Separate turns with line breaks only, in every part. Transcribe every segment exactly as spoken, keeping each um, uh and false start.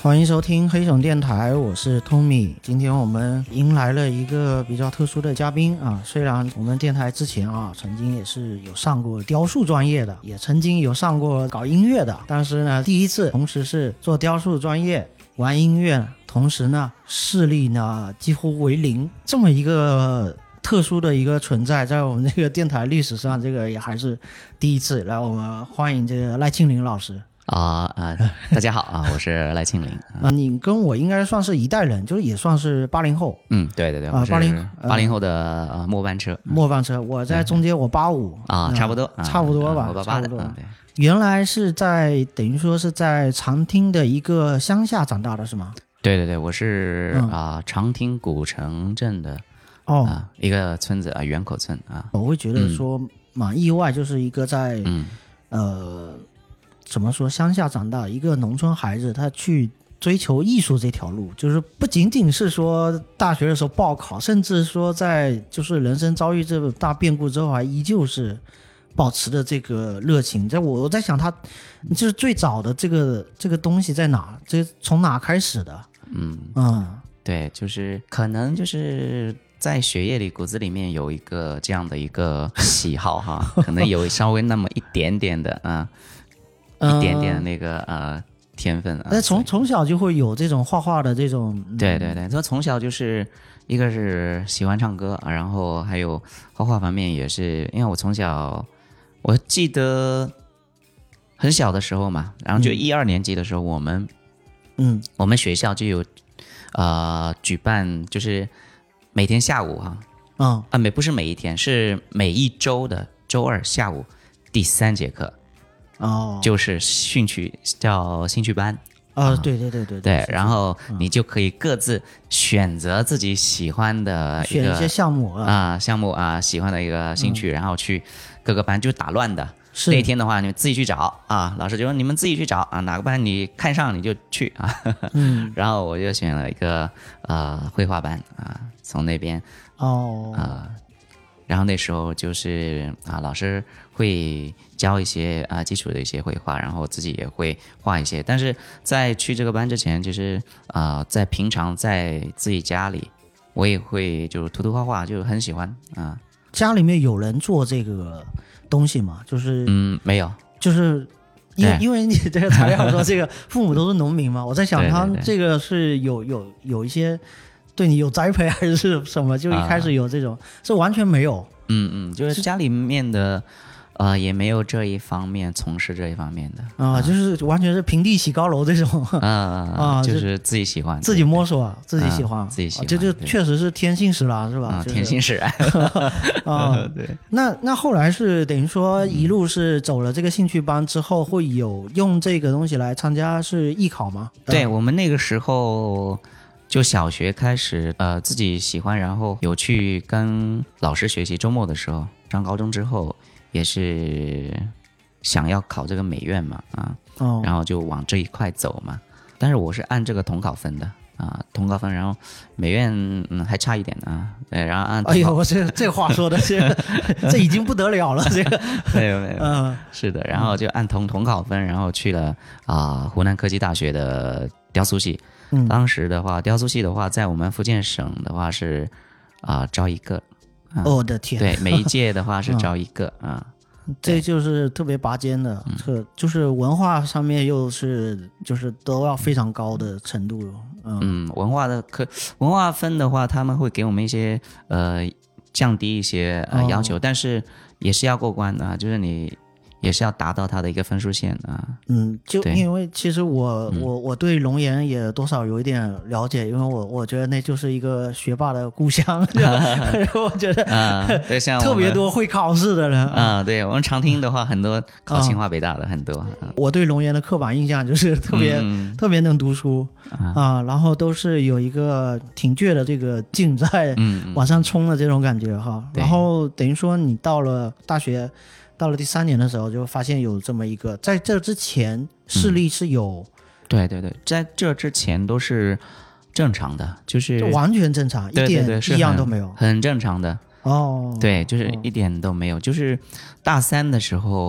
欢迎收听黑熊电台，我是 Tommy。今天我们迎来了一个比较特殊的嘉宾啊，虽然我们电台之前啊曾经也是有上过雕塑专业的，也曾经有上过搞音乐的，但是呢第一次同时是做雕塑专业玩音乐，同时呢视力呢几乎为零，这么一个特殊的一个存在，在我们这个电台历史上，这个也还是第一次。来，我们欢迎这个赖庆林老师。
啊啊、呃，大家好啊，我是赖庆林
啊。你跟我应该算是一代人，就是也算是八零后。
嗯，对对对，
啊，八零
八零后的呃末班车，
末班车，我在中间，我八五
啊，差不多，
啊、差不多吧，
我八八的。
嗯、原来是在等于说是在长汀的一个乡下长大的是吗？
对对对，我是啊、
嗯
呃、长汀古城镇的
哦、
呃、一个村子啊，元口村啊。
我会觉得说蛮意外，就是一个在
嗯
呃。怎么说乡下长大一个农村孩子，他去追求艺术这条路，就是不仅仅是说大学的时候报考，甚至说在就是人生遭遇这个大变故之后，还依旧是保持的这个热情。在我我在想他就是最早的这个这个东西在哪，这从哪开始的？
嗯
嗯，
对，就是可能就是在血液里骨子里面有一个这样的一个喜好哈，可能有稍微那么一点点的啊。一点点的那个呃天分啊，
那从从小就会有这种画画的这种，
嗯、对对对，他从小就是一个是喜欢唱歌，然后还有画画方面也是，因为我从小我记得很小的时候嘛，然后就一二年级的时候，我们
嗯，
我们学校就有呃举办，就是每天下午哈，
嗯
啊每不是每一天，是每一周的周二下午第三节课。
哦，
就是兴趣叫兴趣班
啊、哦，对对对对
对，然后你就可以各自选择自己喜欢的一个
选一些项目啊、
呃、项目啊，喜欢的一个兴趣，嗯、然后去各个班就打乱的。
是
那天的话，你们自己去找啊，老师就说你们自己去找啊，哪个班你看上你就去啊。
嗯，
然后我就选了一个呃绘画班啊，从那边
哦
啊。呃然后那时候就是啊，老师会教一些啊基础的一些绘画，然后自己也会画一些。但是在去这个班之前，就是啊，在平常在自己家里，我也会就涂涂画画，就很喜欢啊。
家里面有人做这个东西吗？就是
嗯，没有，
就是因为因为你这个材料说这个父母都是农民嘛，我在想他这个是有有有一些。对你有栽培还是什么？就一开始有这种，啊、是完全没有。
嗯嗯，就是家里面的，呃，也没有这一方面从事这一方面的
啊、呃，就是完全是平地起高楼这种。
啊啊，就是自己喜欢，
自己摸索，自己喜欢，
啊、自己喜欢，
这就确实是天性使然，是吧？
啊，
就是、
天性使然。
啊，
对。
那那后来是等于说一路是走了这个兴趣班之后，会有用这个东西来参加是艺考吗？
对我们那个时候。就小学开始，呃，自己喜欢，然后有去跟老师学习。周末的时候，上高中之后，也是想要考这个美院嘛，啊，
哦、
然后就往这一块走嘛。但是我是按这个统考分的啊，统考分，然后美院嗯还差一点啊，对，然后按。
哎呦，我这这话说的这个这已经不得了了，这个
没有没有，
嗯，
是的，然后就按统统考分，然后去了啊、呃、湖南科技大学的雕塑系。
嗯、
当时的话，雕塑系的话，在我们福建省的话是啊、呃、招一个。
啊、我的天！
对，每一届的话是招一个啊。
嗯、这就是特别拔尖的，这、嗯、就是文化上面又是就是都要非常高的程度。嗯，
嗯文化的科文化分的话，他们会给我们一些呃降低一些呃要求，哦、但是也是要过关的，就是你。也是要达到他的一个分数线啊。
嗯，就因为其实我我我对龙岩也多少有一点了解，因为我我觉得那就是一个学霸的故乡，我觉得
啊，对，像
特别多会考试的人
啊。对我们长汀的话，很多考清华北大的很多。啊、
我对龙岩的刻板印象就是特别、嗯、特别能读书 啊, 啊，然后都是有一个挺倔的这个劲在往上冲的这种感觉哈。然后等于说你到了大学。到了第三年的时候，就发现有这么一个，在这之前视力是有、
嗯，对对对，在这之前都是正常的，就是
就完全正常，
对对对，
一点异样都没有，
很正常的
哦。
对，就是一点都没有，就是大三的时候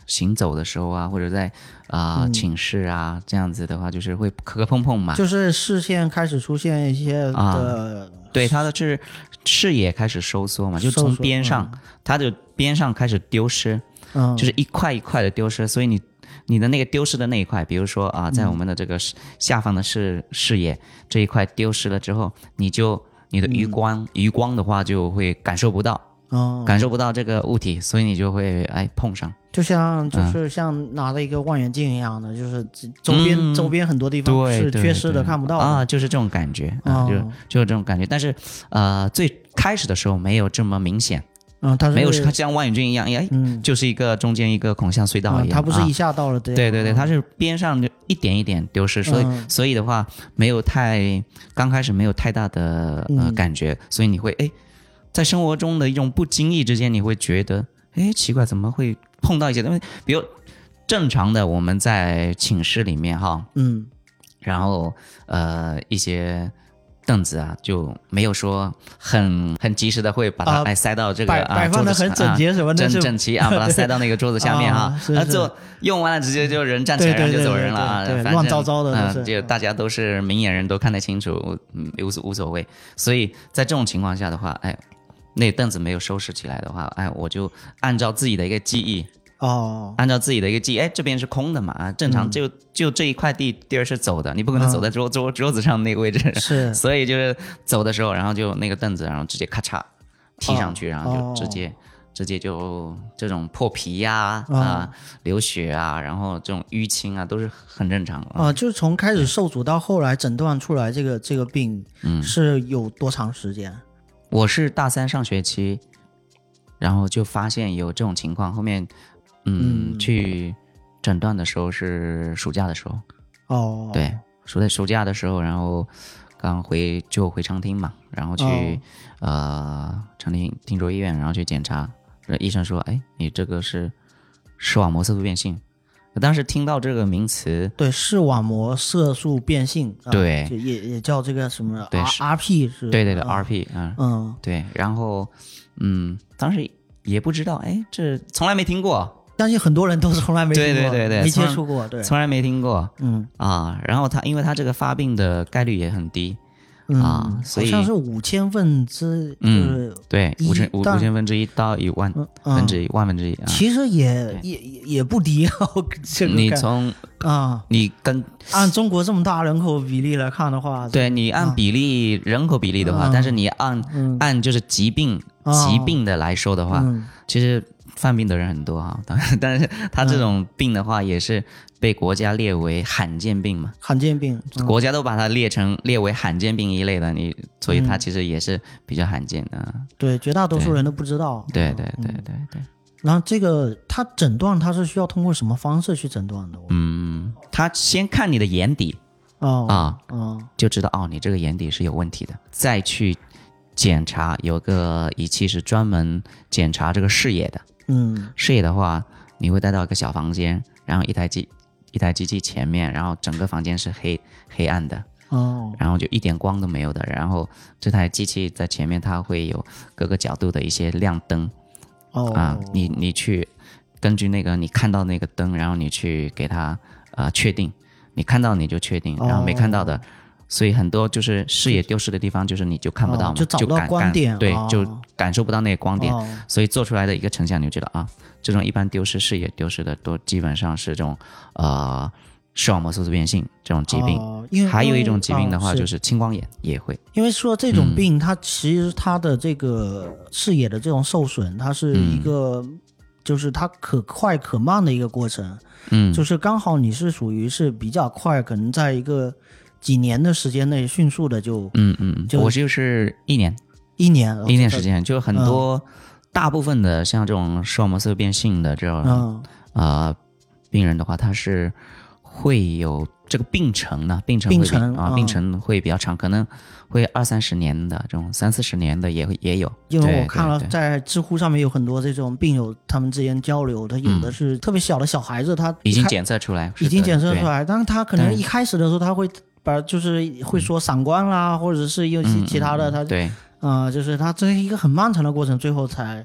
行走的时候啊，或者在啊、呃
嗯
寝室啊这样子的话，就是会磕磕碰碰嘛。
就是视线开始出现一些的，
啊对，它的是视野开始收缩嘛，就从
收缩
边上，它的边上开始丢失，
嗯，
就是一块一块的丢失，所以你你的那个丢失的那一块，比如说啊，在我们的这个视下方的视视野这一块丢失了之后，你就你的余光、
嗯
余光的话就会感受不到，
哦，
感受不到这个物体，所以你就会哎碰上。
就像就是像拿了一个望远镜一样的，就是周边、
嗯
周边很多地方
对对
是缺失的，
对
看不到的
啊，就是这种感觉啊，
哦
就就是这种感觉。但是呃，最开始的时候没有这么明显，
嗯，它是
没有像望远镜一样，哎，
嗯
就是一个中间一个孔巷隧道一样，
啊它不是一
啊
下到了，对
对对对，它是边上就一点一点丢失，所以、
嗯
所以的话没有太刚开始没有太大的呃
嗯
感觉，所以你会哎，在生活中的一种不经意之间，你会觉得哎奇怪，怎么会碰到一些东西？比如正常的我们在寝室里面哈，
嗯
然后呃一些凳子啊就没有说很很及时的会把它、
啊
哎塞到这个
摆
啊
摆放的很整洁什么的
整
是
整齐啊，把它塞到那个桌子下面哈
啊，是是
那就用完了直接就人站起来
对对
然后就走
对
人了啊，
对对对
反正
乱糟糟的都
嗯、
是
就大家都是明眼人都看得清楚，嗯无所无所谓。所以在这种情况下的话，哎，那凳子没有收拾起来的话，哎，我就按照自己的一个记忆。
哦，
按照自己的一个记忆，哎，这边是空的嘛，啊，正常就、就这一块地地儿是走的，你不可能走在桌、桌桌子上那个位置，
是
所以就是走的时候，然后就那个凳子，然后直接咔嚓踢上去，然后就直接、直接就这种破皮呀、啊、啊流血啊，然后这种淤青啊，都是很正常的。
啊，就是从开始受阻到后来诊断出来这个这个病，
嗯，
是有多长时间？
我是大三上学期，然后就发现有这种情况，后面嗯, 嗯去诊断的时候是暑假的时候。
哦，
对，暑在暑假的时候，然后刚回就回长汀嘛，然后去、
哦、
呃长汀汀州医院，然后去检查，医生说，哎，你这个是视网膜色素变性。我当时听到这个名词，
对，视网膜色素变性，
对，
啊、也也叫这个什么
对
R P 是，
对对对、
啊、
R P 啊，
嗯，
对，然后嗯，当时也不知道，哎，这从来没听过。
相信很多人都是从来没听过，
对对对对，
没接触过，对，
从来没听过，
嗯
啊，然后他因为他这个发病的概率也很低，
嗯、
啊，所以
好像是五千分之，就是、
嗯、对五千五五千分之一到一万分之一、嗯、万分之一、啊，
其实也也也不低啊。这个
你从
啊，
你跟
按中国这么大人口比例来看的话，
对你按比例、啊、人口比例的话，
啊、
但是你按、
嗯、
按就是疾病、啊、疾病的来说的话，
嗯、
其实。犯病的人很多哈，当然，但是他这种病的话，也是被国家列为罕见病嘛。
罕见病，
嗯、国家都把它列成列为罕见病一类的，你所以它其实也是比较罕见的。嗯、
对，绝大多数人都不知道。
对对对对对。
然后这个他诊断，他是需要通过什么方式去诊断的？
嗯，他先看你的眼底，
哦
啊，
哦，
就知道哦，你这个眼底是有问题的，再去检查，有个仪器是专门检查这个视野的。
嗯，
视野的话，你会带到一个小房间，然后一台机一台机器前面，然后整个房间是黑黑暗的，
哦，
然后就一点光都没有的，然后这台机器在前面，它会有各个角度的一些亮灯，
哦
啊，你你去根据那个你看到那个灯，然后你去给它呃确定，你看到你就确定，然后没看到的。哦，所以很多就是视野丢失的地方，就是你就看不到嘛，
哦、就找不到光点，
对，
哦、
就感受不到那个光点，
哦、
所以做出来的一个成像，你就觉得啊，这种一般丢失视野丢失的都基本上是这种呃视网膜色素变性这种疾病。
哦、因为
还有一种疾病的话，
哦、是
就是青光眼也会。
因为说这种病，嗯、它其实它的这个视野的这种受损，它是一个、嗯、就是它可快可慢的一个过程。
嗯，
就是刚好你是属于是比较快，可能在一个几年的时间内迅速的就
嗯嗯，就我就是一年
一年
一年时间，就很多、嗯、大部分的像这种视网膜色素变性的这种、嗯、呃病人的话，他是会有这个病程呢，病程会
病程
啊、嗯、病程会比较长，可能会二三十年的这种三四十年的也会也有。
因为我看了在知乎上面有很多这种病友他们之间交流，他有的是特别小的小孩子，他
已经检测出来，
已经检测出来，但是他可能一开始的时候他会把就是会说散光啦，或者是有些其他的，他
对
啊、呃，就是他这是一个很漫长的过程，最后才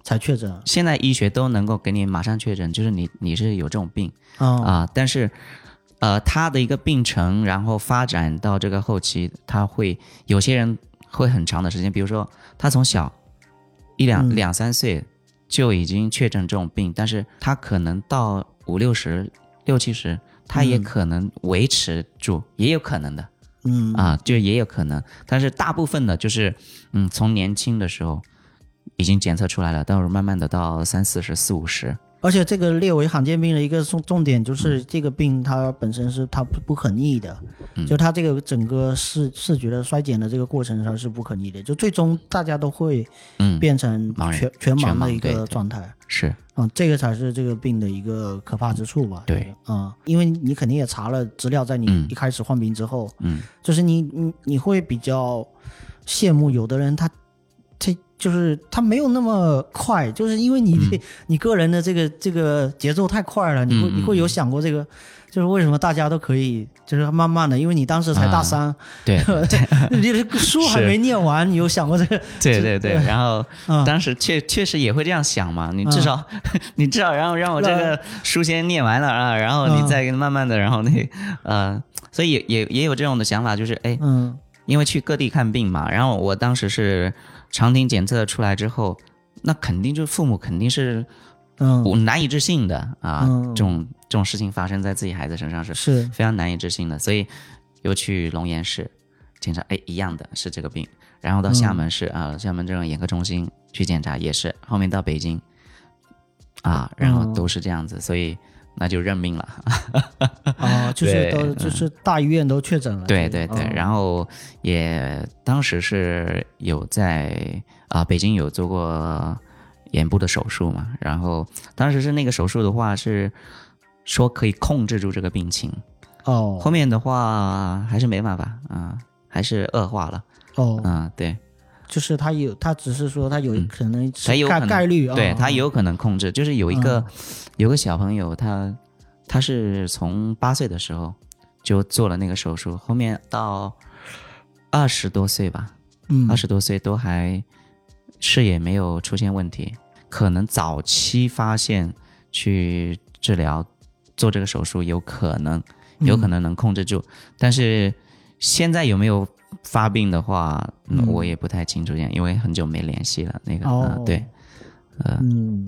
才确诊。
现在医学都能够给你马上确诊，就是你你是有这种病啊、
哦
呃，但是呃，他的一个病程，然后发展到这个后期，他会有些人会很长的时间，比如说他从小一两、
嗯、
两三岁就已经确诊这种病，但是他可能到五六十、六七十，他也可能维持住，嗯、也有可能的。
嗯
啊，就也有可能，但是大部分的就是，嗯，从年轻的时候已经检测出来了，到时候慢慢的到三四十、四五十。
而且这个列为罕见病的一个重重点就是这个病它本身是它不不可逆的，嗯、就它这个整个视视觉的衰减的这个过程它是不可逆的，就最终大家都会变成全、嗯、全盲的一个状态。
是，
嗯，这个才是这个病的一个可怕之处吧？
对，
嗯，因为你肯定也查了资料，在你一开始患病之后，
嗯，
就是你你你会比较羡慕有的人他他就是他没有那么快，就是因为你、嗯、你个人的这个这个节奏太快了，你会、嗯、你会有想过这个，就是为什么大家都可以就是慢慢的，因为你当时才大三，啊、
对，
你的书还没念完，你有想过这个？
对对对，然后、嗯、当时确确实也会这样想嘛，你至少、嗯、你至少让让我这个书先念完了啊，然后你再慢慢的，然后那呃，所以也也也有这种的想法，就是哎，嗯，因为去各地看病嘛，然后我当时是肠镜检测出来之后，那肯定就父母肯定是嗯难以置信的啊，嗯、这种这种事情发生在自己孩子身上是
是
非常难以置信的，所以又去龙岩市检查，哎，一样的是这个病，然后到厦门市、嗯、啊，厦门这种眼科中心去检查也是，后面到北京啊，然后都是这样子，嗯、所以那就认命了。
哦，就是都就是大医院都确诊了。
对对对，哦、然后也当时是有在啊、呃、北京有做过眼部的手术嘛，然后当时是那个手术的话是说可以控制住这个病情。
哦，
后面的话还是没办法啊、呃，还是恶化了。
哦，
嗯，对。
就是他有，他只是说他有可能
他有可能
概率，
对、
哦、
他有可能控制。就是有一个、嗯、有个小朋友，他他是从八岁的时候就做了那个手术，后面到二十多岁吧，嗯，二十多岁都还视野没有出现问题，可能早期发现去治疗做这个手术有可能有可能能控制住，嗯、但是现在有没有发病的话、嗯嗯、我也不太清楚，因为很久没联系了那个、哦呃、对呃
嗯，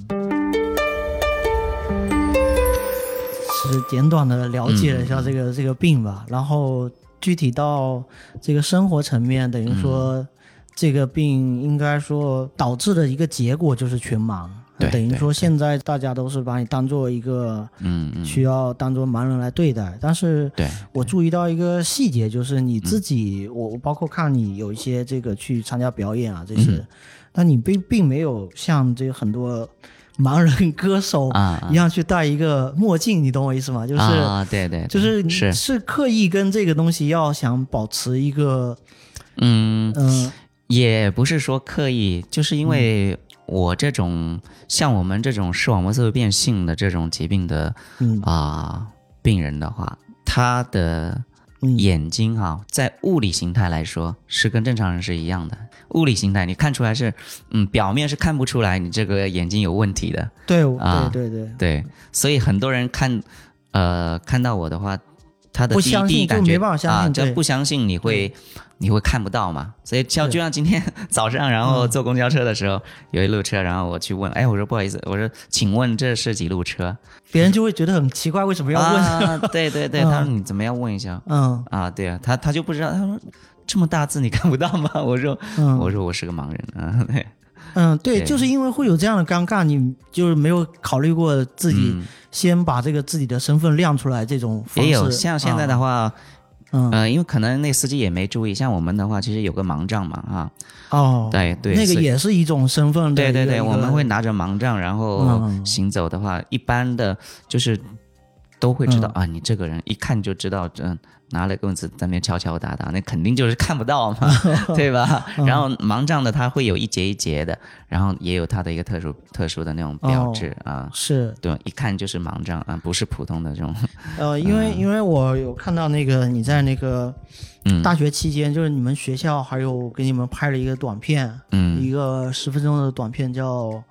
是简短的了解了一下这个、嗯、这个病吧，然后具体到这个生活层面，等于说、嗯、这个病应该说导致的一个结果就是全盲，等于说现在大家都是把你当做一个嗯需要当做盲人来对待、嗯、但是我注意到一个细节，就是你自己、嗯、我包括看你有一些这个去参加表演啊这些、嗯、但你并并没有像这个很多盲人歌手一样去戴一个墨镜、啊、你懂我意思吗？就是、
啊、对, 对对，
就是
是
是刻意跟这个东西要想保持一个
嗯嗯、呃，也不是说刻意，就是因为、嗯我这种像我们这种视网膜色素变性的这种疾病的啊、嗯呃、病人的话，他的眼睛啊、嗯，在物理形态来说是跟正常人是一样的。物理形态你看出来是，嗯，表面是看不出来你这个眼睛有问题的。
对，
啊、
对对对
对，所以很多人看，呃，看到我的话，他的第一第一感觉啊，这不相信你会。你会看不到嘛？所以就就像今天早上，然后坐公交车的时候，嗯、有一路车，然后我去问，哎，我说不好意思，我说请问这是几路车？
别人就会觉得很奇怪，为什么要问？
啊、对对对，嗯、他说你怎么要问一下？
嗯
啊，对啊，他他就不知道，他说这么大字你看不到吗？我说、嗯、我说我是个盲人啊，对。
嗯，对，就是因为会有这样的尴尬，你就是没有考虑过自己先把这个自己的身份亮出来，这种方式
也有。像现在的话。啊
嗯
呃，因为可能那司机也没注意，像我们的话，其实有个盲杖嘛，啊，
哦，
对对，
那个也是一种身份的，
对对对，我们会拿着盲杖，然后行走的话，嗯、一般的就是都会知道、嗯、啊，你这个人一看就知道，嗯，拿了棍子在那边敲敲打打，那肯定就是看不到嘛，对吧？
嗯、
然后盲杖的它会有一节一节的，然后也有它的一个特殊特殊的那种标志、
哦、
啊，
是
对，一看就是盲杖啊，不是普通的这种。
呃，因为、嗯、因为我有看到那个你在那个大学期间，嗯、就是你们学校还有给你们拍了一个短片，嗯，一个十分钟的短片叫。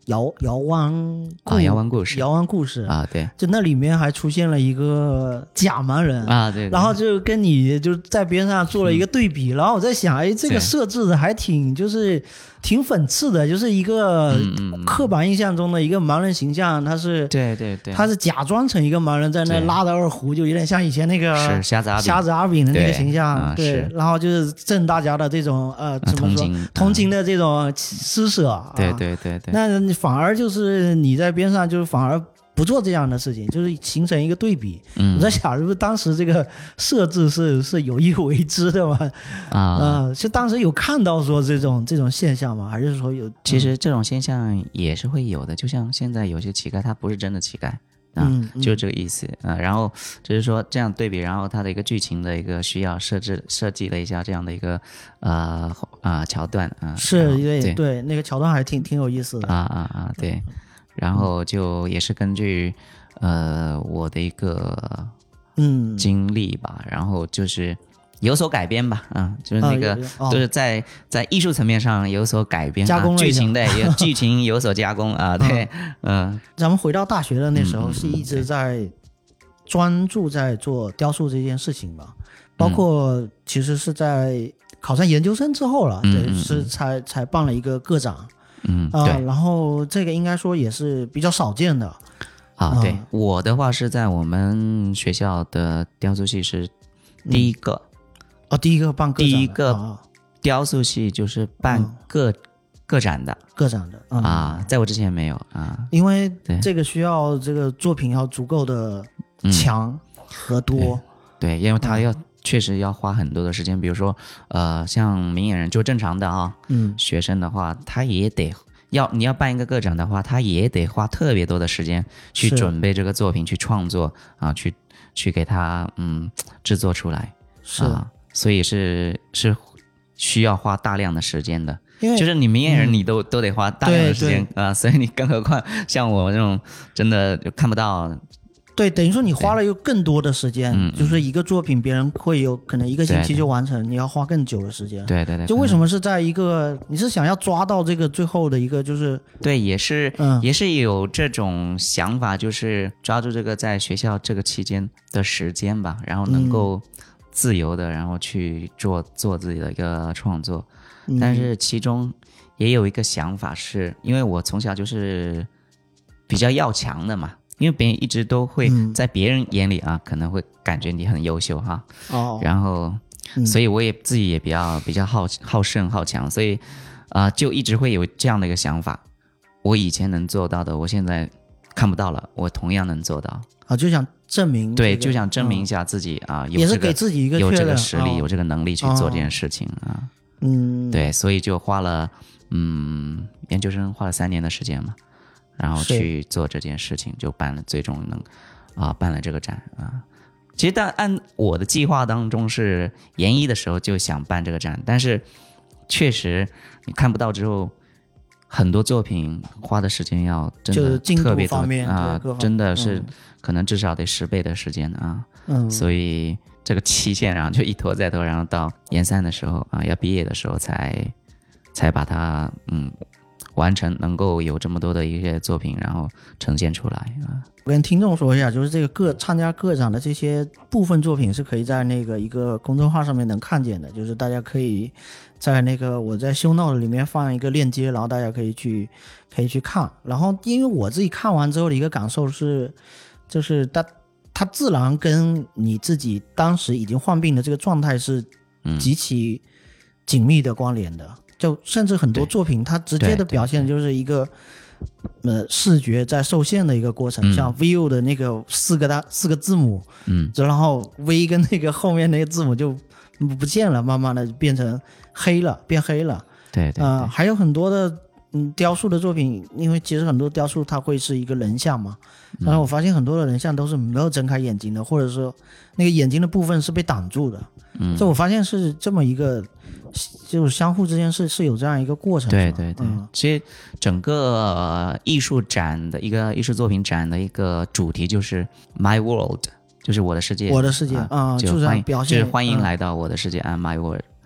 遥遥湾
啊，遥湾故事，
遥湾故事
啊，对，
就那里面还出现了一个假盲人
啊，对，对
然后就跟你就在边上做了一个对比，嗯、然后我在想，哎，这个设置的还挺就是挺讽刺的，就是一个刻板印象中的一个盲人形象，他是
对对对，
他是假装成一个盲人在那拉着二胡，就有点像以前那个
是瞎子阿炳
瞎子阿炳的那个形象，
对，
对，
啊、
然后就是挣大家的这种呃怎么说、啊、同情同情的这种施舍、啊，
对对对对，
那反而就是你在边上就是反而不做这样的事情，就是形成一个对比。嗯，我在想，是不是当时这个设置是是有意为之的吗？啊，呃，是当时有看到说这种这种现象吗？还是说有？
其实这种现象也是会有的，就像现在有些乞丐，他不是真的乞丐。啊，
嗯嗯、
就是这个意思啊、呃。然后就是说这样对比，然后它的一个剧情的一个需要设置设计了一下这样的一个呃啊、呃、桥段啊，
是对
对
对，那个桥段还挺挺有意思的
啊啊啊，对。然后就也是根据呃我的一个
嗯
经历吧，嗯、然后就是有所改编吧，啊，就是那个、
哦、
就是在在艺术层面上有所改编，
加工了、
啊、剧情的有剧情有所加工啊，对，嗯、呃，
咱们回到大学的那时候是一直在专注在做雕塑这件事情吧，包括其实是在考上研究生之后了，
嗯、
对，是才才办了一个个展。
嗯
啊、呃，然后这个应该说也是比较少见的
啊。对、嗯、我的话是在我们学校的雕塑系是第一个，
嗯、哦，第一个办个展的，
第一个雕塑系就是办个、嗯、个展的，
个展的、
嗯、啊，在我之前没有啊，
因为这个需要这个作品要足够的强和多，
嗯、对, 对，因为他要。嗯确实要花很多的时间，比如说，呃，像明眼人就正常的啊，
嗯，
学生的话，他也得要你要办一个个展的话，他也得花特别多的时间去准备这个作品，去创作啊，去去给他嗯制作出来，
是
啊，所以是是需要花大量的时间的，
因为
就是你明眼人你都、嗯、都得花大量的时间
啊，
所以你更何况像我这种真的就看不到。
对，等于说你花了有更多的时间，
嗯、
就是一个作品别人会有可能一个星期就完成，对对，你要花更久的时间。
对对对，
就为什么是在一个，你是想要抓到这个最后的一个就是
对，也是、
嗯、
也是有这种想法，就是抓住这个在学校这个期间的时间吧，然后能够自由的，然后去做做自己的一个创作。
嗯、
但是其中也有一个想法是，因为我从小就是比较要强的嘛。因为别人一直都会在别人眼里啊，嗯、可能会感觉你很优秀哈，
哦，
然后，
嗯、
所以我也自己也比较比较好好胜好强，所以啊、呃，就一直会有这样的一个想法，我以前能做到的，我现在看不到了，我同样能做到
啊，就想证明、这个，
对，就想证明一下自己、嗯、啊，有、这个、
也是给自己一个
有这个实力、
哦，
有这个能力去做这件事情、哦、啊，
嗯，
对，所以就花了嗯研究生花了三年的时间嘛。然后去做这件事情，就办了，最终能啊办了这个展啊。其实但按我的计划当中是研一的时候就想办这个展，但是确实你看不到之后，很多作品花的时间要真的特别多啊，真的是可能至少得十倍的时间啊。
嗯，
所以这个期限然后就一拖再拖，然后到研三的时候啊要毕业的时候才才把它嗯。完成，能够有这么多的一些作品，然后呈现出来啊。
我跟听众说一下，就是这个个参加个展的这些部分作品是可以在那个一个公众号上面能看见的，就是大家可以在那个我在 show note 里面放一个链接，然后大家可以去可以去看。然后因为我自己看完之后的一个感受是，就是它它自然跟你自己当时已经患病的这个状态是极其紧密的关联的。嗯，就甚至很多作品它直接的表现就是一个呃视觉在受限的一个过程，像 view 的那个四个大四个字母，
嗯，
然后 v 跟那个后面那个字母就不见了，慢慢的变成黑了，变黑了。
对对
啊、呃，还有很多的嗯雕塑的作品，因为其实很多雕塑它会是一个人像嘛，然后我发现很多的人像都是没有睁开眼睛的，或者说那个眼睛的部分是被挡住的。嗯，所以我发现是这么一个，就是相互之间是是有这样一个过程。
对对对，
嗯、
其实整个、呃、艺术展的一个艺术作品展的一个主题就是 My World， 就是我的世界，
我的世界啊、
呃，就欢迎
表现，
就是欢迎来到我的世界啊、嗯、，My World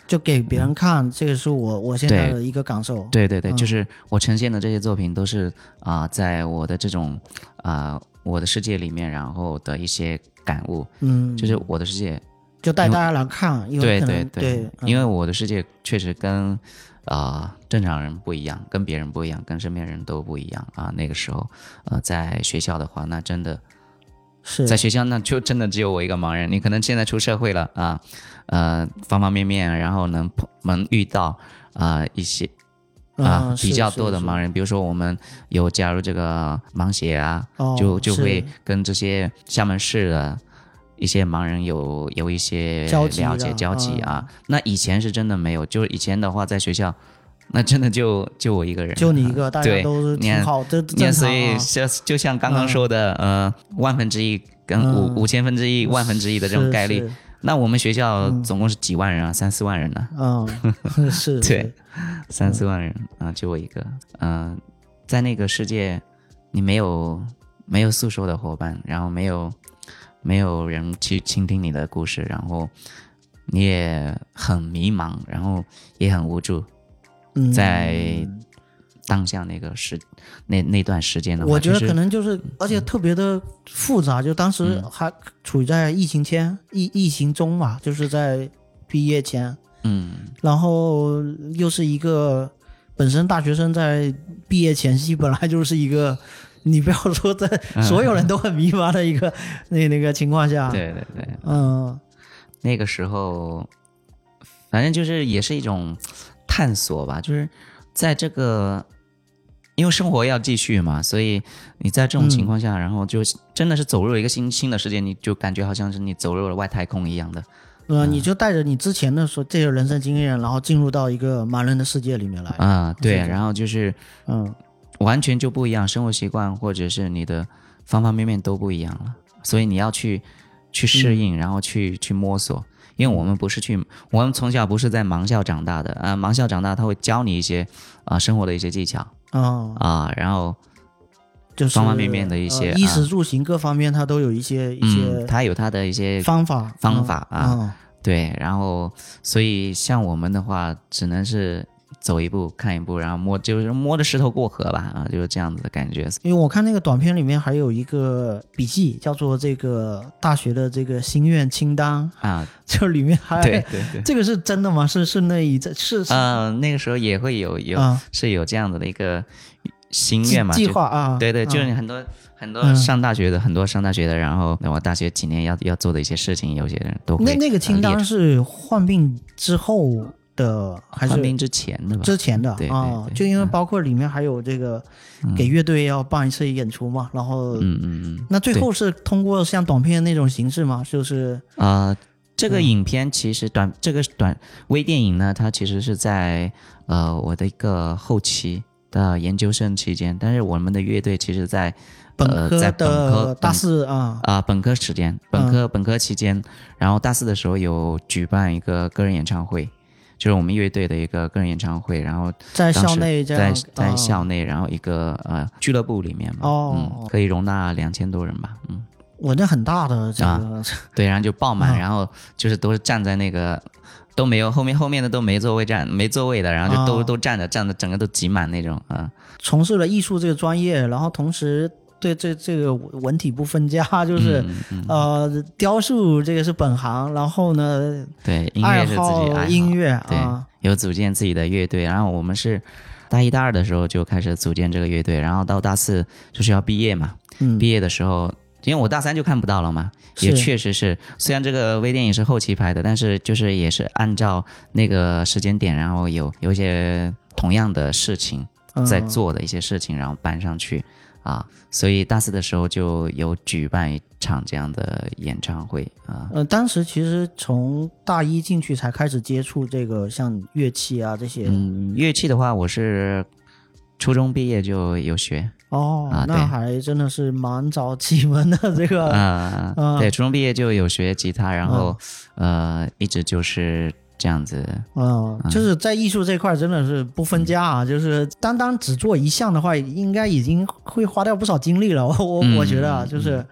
就给别人看，这个是我我现在的一个感受。
对对对，
嗯、
就是我呈现的这些作品都是啊、呃，在我的这种啊、呃、我的世界里面，然后的一些感悟，
嗯，
就是我的世界，
就带大家来看，因为
对对
对对、
嗯，因为我的世界确实跟啊、呃、正常人不一样，跟别人不一样，跟身边人都不一样啊。那个时候，呃，在学校的话，那真的。
是
在学校那就真的只有我一个盲人，你可能现在出社会了啊，呃，方方面面，然后能能遇到啊、呃、一些啊、
嗯、
比较多的盲人，比如说我们有加入这个盲协啊，
哦、
就就会跟这些厦门市的一些盲人有有一些了解交集啊、嗯。那以前是真的没有，就是以前的话在学校。那真的就就我一个人，
就你一个，大家都是挺好，这正常、啊。
所以就就像刚刚说的，嗯、呃，万分之一跟五、嗯、五千分之一、万分之一的这种概率，那我们学校总共是几万人啊，嗯、三四万人呢、啊。
嗯，是，
对，三四万人啊，就我一个。嗯、呃，在那个世界，你没有没有诉说的伙伴，然后没有没有人去倾听你的故事，然后你也很迷茫，然后也很无助。在当下那个时那那段时间的话，
我觉得可能就是，而且特别的复杂。就当时还处在疫情前、疫疫情中嘛，就是在毕业前，
嗯，
然后又是一个本身大学生在毕业前夕本来就是一个，你不要说在所有人都很迷茫的一个那那个情况下，
对对对，
嗯，
那个时候反正就是也是一种。探索吧，就是在这个，因为生活要继续嘛，所以你在这种情况下，嗯、然后就真的是走入了一个新新的世界，你就感觉好像是你走入了外太空一样的。
呃、嗯，你就带着你之前的说这些人生经验，然后进入到一个盲人的世界里面来。
啊、嗯，对，然后就是
嗯，
完全就不一样，生活习惯或者是你的方方面面都不一样了，所以你要去去适应，嗯、然后去去摸索。因为我们不是去，我们从小不是在盲校长大的啊、呃，盲校长大他会教你一些啊、呃、生活的一些技巧啊、
哦
呃，然后
就是
方方面面的一些、
呃、衣食住行各方面，他都有一些、嗯、一些，
他有他的一些
方法
方法
嗯、
啊、
嗯，
对，然后所以像我们的话，只能是。走一步看一步，然后摸就是摸着石头过河吧啊，就是这样子的感觉。
因为我看那个短片里面还有一个笔记，叫做这个大学的这个心愿清单
啊，
就里面还
对对对，
这个是真的吗？是是那一是是
呃那个时候也会有有、啊、是有这样子的一个心愿嘛，
计划啊，
对对，
啊、
就是很多、嗯、很多上大学的、嗯、很多上大学的，然后我大学几年要要做的一些事情，有些人都会
那那个清单是患病之后。的还是
患病之前的吧？
之前的
对对对
啊，就因为包括里面还有这个给乐队要办一次演出嘛，嗯、然后
嗯嗯嗯，
那最后是通过像短片那种形式吗？就是
啊、呃，这个影片其实短、嗯、这个短微电影呢，它其实是在呃我的一个后期的研究生期间，但是我们的乐队其实在。
本科
在本科
大四啊
啊、呃，本科时间，本科、嗯、本科期间，然后大四的时候有举办一个个人演唱会，就是我们乐队的一个个人演唱会，然后
在校内这样，
在在校内，然后一个呃俱乐部里面嘛，
哦，
嗯，可以容纳两千多人吧，嗯，
我那很大的这个，
啊、对，然后就爆满、啊，然后就是都是站在那个。都没有后面后面的都没座位站没座位的，然后就都、啊、都站着站着，整个都挤满那种啊。
从事了艺术这个专业，然后同时对这这个文体不分家，就是、
嗯嗯、
呃雕塑这个是本行，然后呢
对音乐是自己爱好
音乐
对、
啊，
有组建自己的乐队，然后我们是大一大二的时候就开始组建这个乐队，然后到大四就是要毕业嘛，
嗯，
毕业的时候。因为我大三就看不到了嘛，也确实是，虽然这个微电影是后期拍的，但是就是也是按照那个时间点，然后有有一些同样的事情在做的一些事情，然后搬上去啊，所以大四的时候就有举办一场这样的演唱会啊。
呃，当时其实从大一进去才开始接触这个像乐器啊这些。
嗯，乐器的话，我是初中毕业就有学。
哦、
啊，
那还真的是蛮早启蒙的这个
啊、
呃呃，
对，初中毕业就有学吉他，然后、嗯、呃一直就是这样子。
嗯，
嗯
就是在艺术这块真的是不分家啊，嗯、就是单单只做一项的话，应该已经会花掉不少精力了。我、嗯、我觉得啊，就是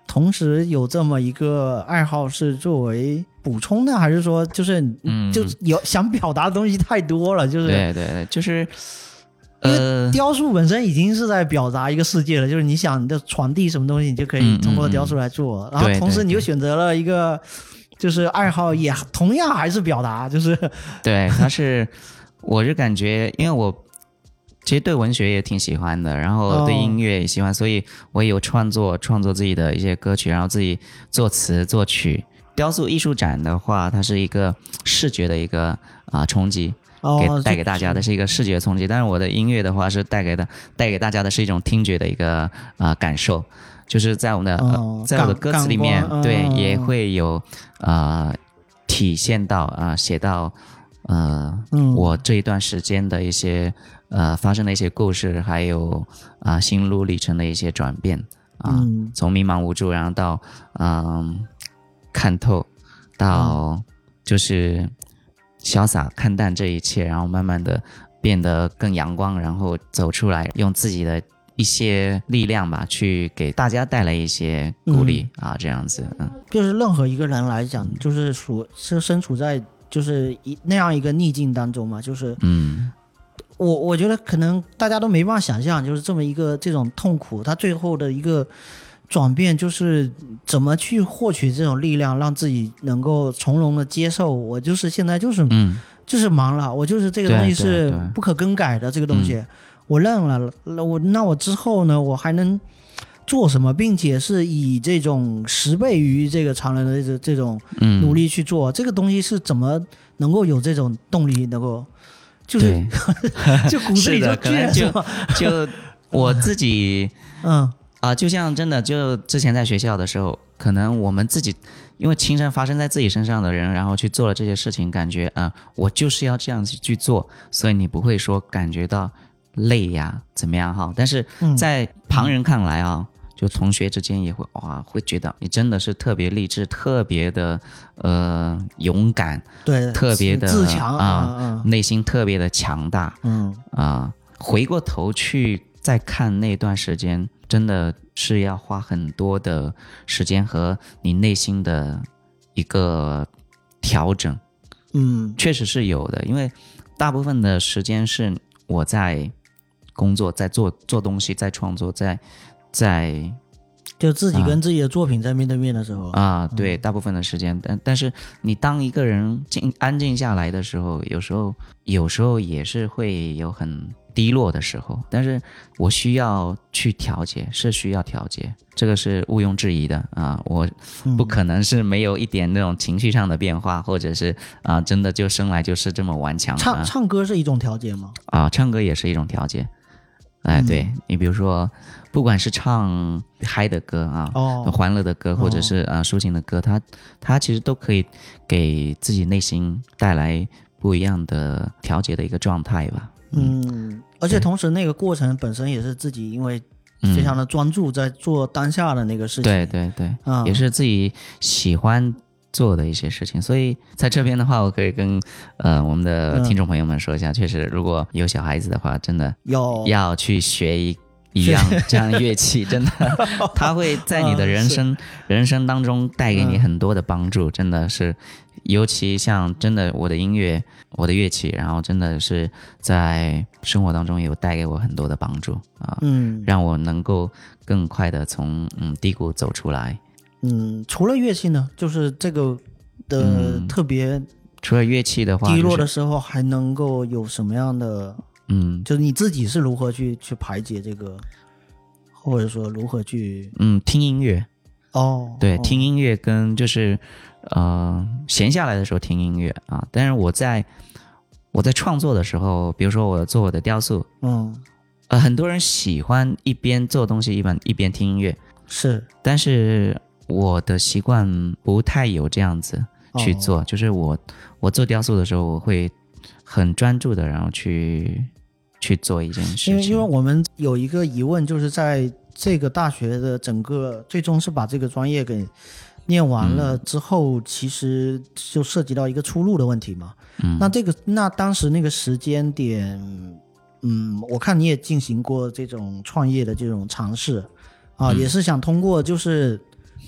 同时有这么一个爱好是作为补充的，还是说就是嗯，就有想表达的东西太多了，就是
对对对，就是呃，
雕塑本身已经是在表达一个世界了，就是你想的传递什么东西，你就可以通过雕塑来做，嗯嗯嗯然后同时你又选择了一个就是爱好，也同样还是表达，就是
对，它是我是感觉，因为我其实对文学也挺喜欢的，然后对音乐也喜欢，哦、所以我也有创作创作自己的一些歌曲，然后自己作词作曲。雕塑艺术展的话，它是一个视觉的一个啊、呃、冲击。给带给大家的是一个视觉冲击，但是我的音乐的话是带给的带给大家的是一种听觉的一个呃感受，就是在我们的、
哦
呃、在我的歌词里面，对、
嗯、
也会有呃体现到啊、呃、写到呃、嗯、我这一段时间的一些呃发生的一些故事，还有啊、呃、心路历程的一些转变啊、呃嗯，从迷茫无助，然后到嗯、呃、看透，到就是。嗯潇洒看淡这一切，然后慢慢的变得更阳光，然后走出来，用自己的一些力量吧，去给大家带来一些鼓励、嗯、啊，这样子，嗯，
就是任何一个人来讲，就是属是身处在就是一那样一个逆境当中嘛，就是
嗯，
我我觉得可能大家都没办法想象，就是这么一个这种痛苦，它最后的一个。转变就是怎么去获取这种力量，让自己能够从容的接受。我就是现在就是，
嗯，
就是忙了，我就是这个东西是不可更改的，这个东西、嗯、我认了。我那我之后呢，我还能做什么，并且是以这种十倍于这个常人的这这种努力去做、嗯、这个东西是怎么能够有这种动力，能够就是就骨子里就倔
就就我自己
嗯。
啊，就像真的，就之前在学校的时候，可能我们自己因为亲身发生在自己身上的人，然后去做了这些事情，感觉啊、呃，我就是要这样去做，所以你不会说感觉到累呀，怎么样哈？但是在旁人看来啊，嗯、就同学之间也会哇，会觉得你真的是特别励志，特别的呃勇敢，
对，
特别的
自强
啊、
嗯，
内心特别的强大，
嗯
啊、呃，回过头去再看那段时间。真的是要花很多的时间和你内心的一个调整，
嗯，
确实是有的，因为大部分的时间是我在工作，在做做东西，在创作，在在
就自己跟自己的作品在面对面的时候
啊，嗯、对，大部分的时间，但但是你当一个人静安静下来的时候，有时候有时候也是会有很。低落的时候，但是我需要去调节，是需要调节，这个是毋庸置疑的啊！我不可能是没有一点那种情绪上的变化，嗯、或者是啊，真的就生来就是这么顽强。
唱、
啊、
唱歌是一种调节吗？
啊，唱歌也是一种调节。哎，对、嗯、你比如说，不管是唱嗨的歌啊，
哦，
欢乐的歌，或者是啊抒情的歌，它它其实都可以给自己内心带来不一样的调节的一个状态吧。
嗯，而且同时那个过程本身也是自己因为非常的专注在做当下的那个事情，
对对对，嗯、也是自己喜欢做的一些事情，所以在这边的话，我可以跟呃我们的听众朋友们说一下，嗯、确实如果有小孩子的话，真的
要
要去学一一样这样乐器，真的，它会在你的人生、嗯、人生当中带给你很多的帮助，嗯、真的是。尤其像真的我的音乐我的乐器，然后真的是在生活当中有带给我很多的帮助啊，
嗯，
让我能够更快的从嗯低谷走出来。
嗯，除了乐器呢，就是这个的特别、嗯、
除了乐器的话、就是、
低落的时候还能够有什么样的
嗯，
就是你自己是如何去去排解这个，或者说如何去
嗯听音乐
哦，
对，
哦
听音乐跟就是呃闲下来的时候听音乐啊，但是我在我在创作的时候，比如说我做我的雕塑，
嗯，
呃很多人喜欢一边做东西一边一边听音乐，
是，
但是我的习惯不太有这样子去做，哦、就是我我做雕塑的时候，我会很专注的，然后去去做一件事情。
因为因为我们有一个疑问，就是在这个大学的整个最终是把这个专业给念完了之后，嗯、其实就涉及到一个出路的问题嘛。嗯，那这个那当时那个时间点，嗯，我看你也进行过这种创业的这种尝试啊，嗯、也是想通过就是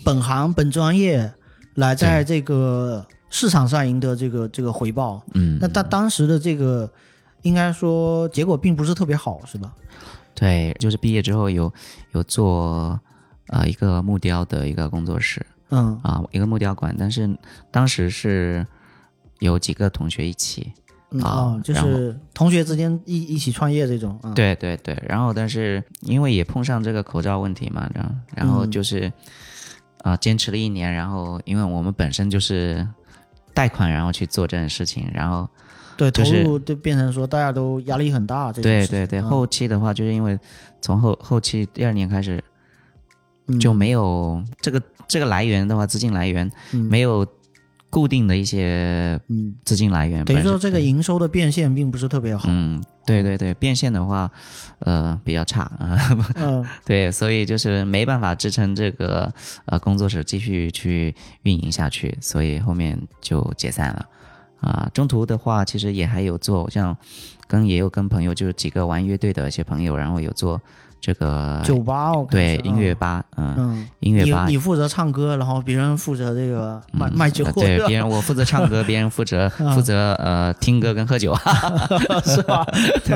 本行本专业来在这个市场上赢得这个这个回报。
嗯，
那他当时的这个应该说结果并不是特别好，是吧？
对，就是毕业之后有有做呃一个木雕的一个工作室，
嗯
啊，一个木雕馆，但是当时是有几个同学一起。
嗯、
啊、
哦，就是同学之间一一起创业这种。嗯、
对对对，然后但是因为也碰上这个口罩问题嘛，然后然后就是啊、呃、坚持了一年，然后因为我们本身就是贷款然后去做这件事情，然后
对投
就是
入就变成说大家都压力很大这种
对
事情。
对对，
嗯、
后期的话就是因为从后后期第二年开始
嗯
就没有这个、这个来源的话，资金来源、
嗯、
没有固定的一些资金来源，
等于说这个营收的变现并不是特别好。
嗯，对对对，变现的话，呃，比较差啊。
嗯，
对，所以就是没办法支撑这个呃工作室继续去运营下去，所以后面就解散了。啊，中途的话，其实也还有做，像跟也有跟朋友，就是几个玩乐队的一些朋友，然后有做这个
酒吧哦，
对音乐吧，嗯，
嗯
音乐吧，
你你负责唱歌，然后别人负责这个卖、嗯、卖酒，
对，别人我负责唱歌，别人负责负责呃听歌跟喝酒，
是吧？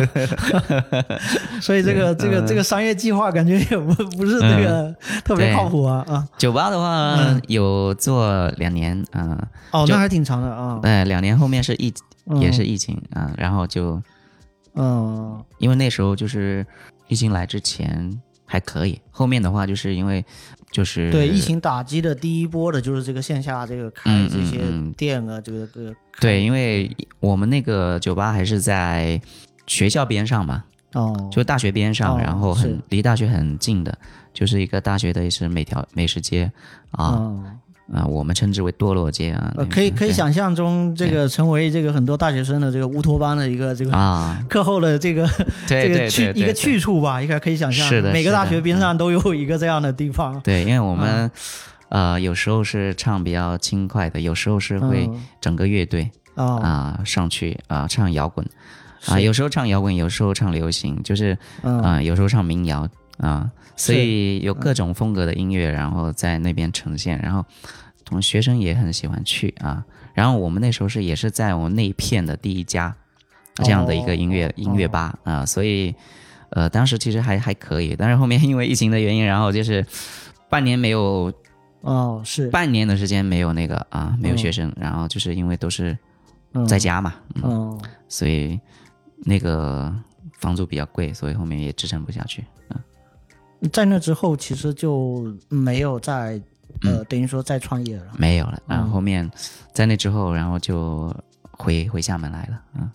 所以这个这个这个商业计划感觉也不不是这个、嗯、特别靠谱啊啊！
酒吧的话、嗯、有做两年啊、呃，
哦，那还挺长的啊。
哎、呃，两年后面是疫、嗯、也是疫情啊、呃，然后就
嗯，
因为那时候就是疫情来之前还可以，后面的话就是因为就是
对疫情打击的第一波的就是这个线下这个开这些店啊，嗯嗯嗯这个这个
对，因为我们那个酒吧还是在学校边上嘛，
哦，
就大学边上，
哦、
然后很离大学很近的，就是一个大学的也是美条美食街啊。哦啊，我们称之为堕落街啊，
呃，可以可以想象中这个成为这个很多大学生的这个乌托邦的一个这个
啊
课后的这个
对
这个去一个去处吧，应该可以想象，
是的，
每个大学边上都有一个这样的地方。
对，因为我们、嗯、呃有时候是唱比较轻快的，有时候是会整个乐队啊、
嗯
呃、上去啊、呃、唱摇滚啊、呃，有时候唱摇滚，有时候唱流行，就是啊、
嗯
呃、有时候唱民谣啊、呃，所以有各种风格的音乐，然后在那边呈现，然后。同学生也很喜欢去啊，然后我们那时候是也是在我们那一片的第一家这样的一个音乐、哦、音乐吧啊，所以呃当时其实还还可以，但是后面因为疫情的原因，然后就是半年没有
哦是
半年的时间没有那个啊没有学生、嗯，然后就是因为都是在家嘛，嗯，嗯
哦、
所以那个房租比较贵，所以后面也支撑不下去。
嗯，在那之后其实就没有再。呃，等于说再创业了，
没有了。然后后面在那之后，然后就回回厦门来了，嗯。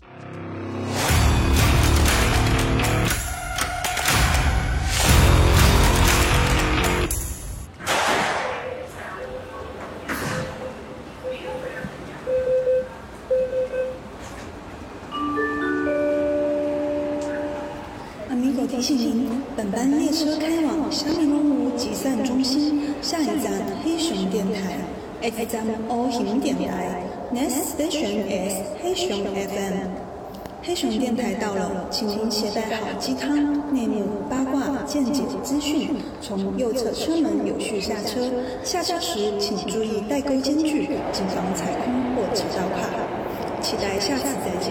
Amigo 提醒您，本班列车开往香米龙湖集散中心，下一站黑熊电台 ，X 站 O 型电台 ，Next station is 黑熊 F M。黑熊电台到了，请您携带好鸡汤、内幕、八卦、见解资讯，从右侧车门有序下车。下车时请注意带钩间距，谨防踩空或挤到卡。期待下次再见。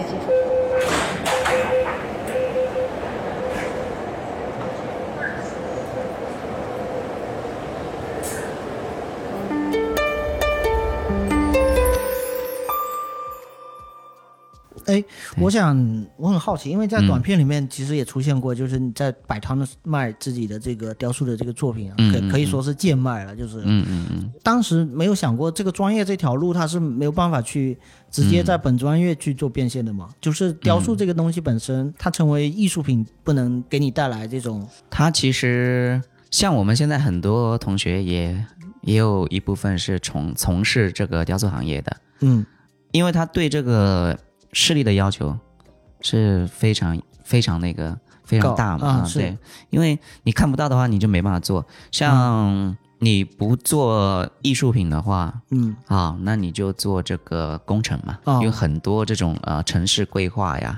哎，我想我很好奇，因为在短片里面其实也出现过，就是你在摆摊的卖自己的这个雕塑的这个作品啊，
嗯、
可可以说是贱卖了，就是，
嗯嗯嗯，
当时没有想过这个专业这条路，它是没有办法去直接在本专业去做变现的嘛？嗯、就是雕塑这个东西本身，它成为艺术品，不能给你带来这种。
它其实像我们现在很多同学也也有一部分是从从事这个雕塑行业的，
嗯，
因为他对这个视力的要求是非常非常那个非常大嘛，
啊、
对，因为你看不到的话，你就没办法做。像你不做艺术品的话，
嗯，
啊，那你就做这个工程嘛，
哦、
有很多这种呃城市规划呀，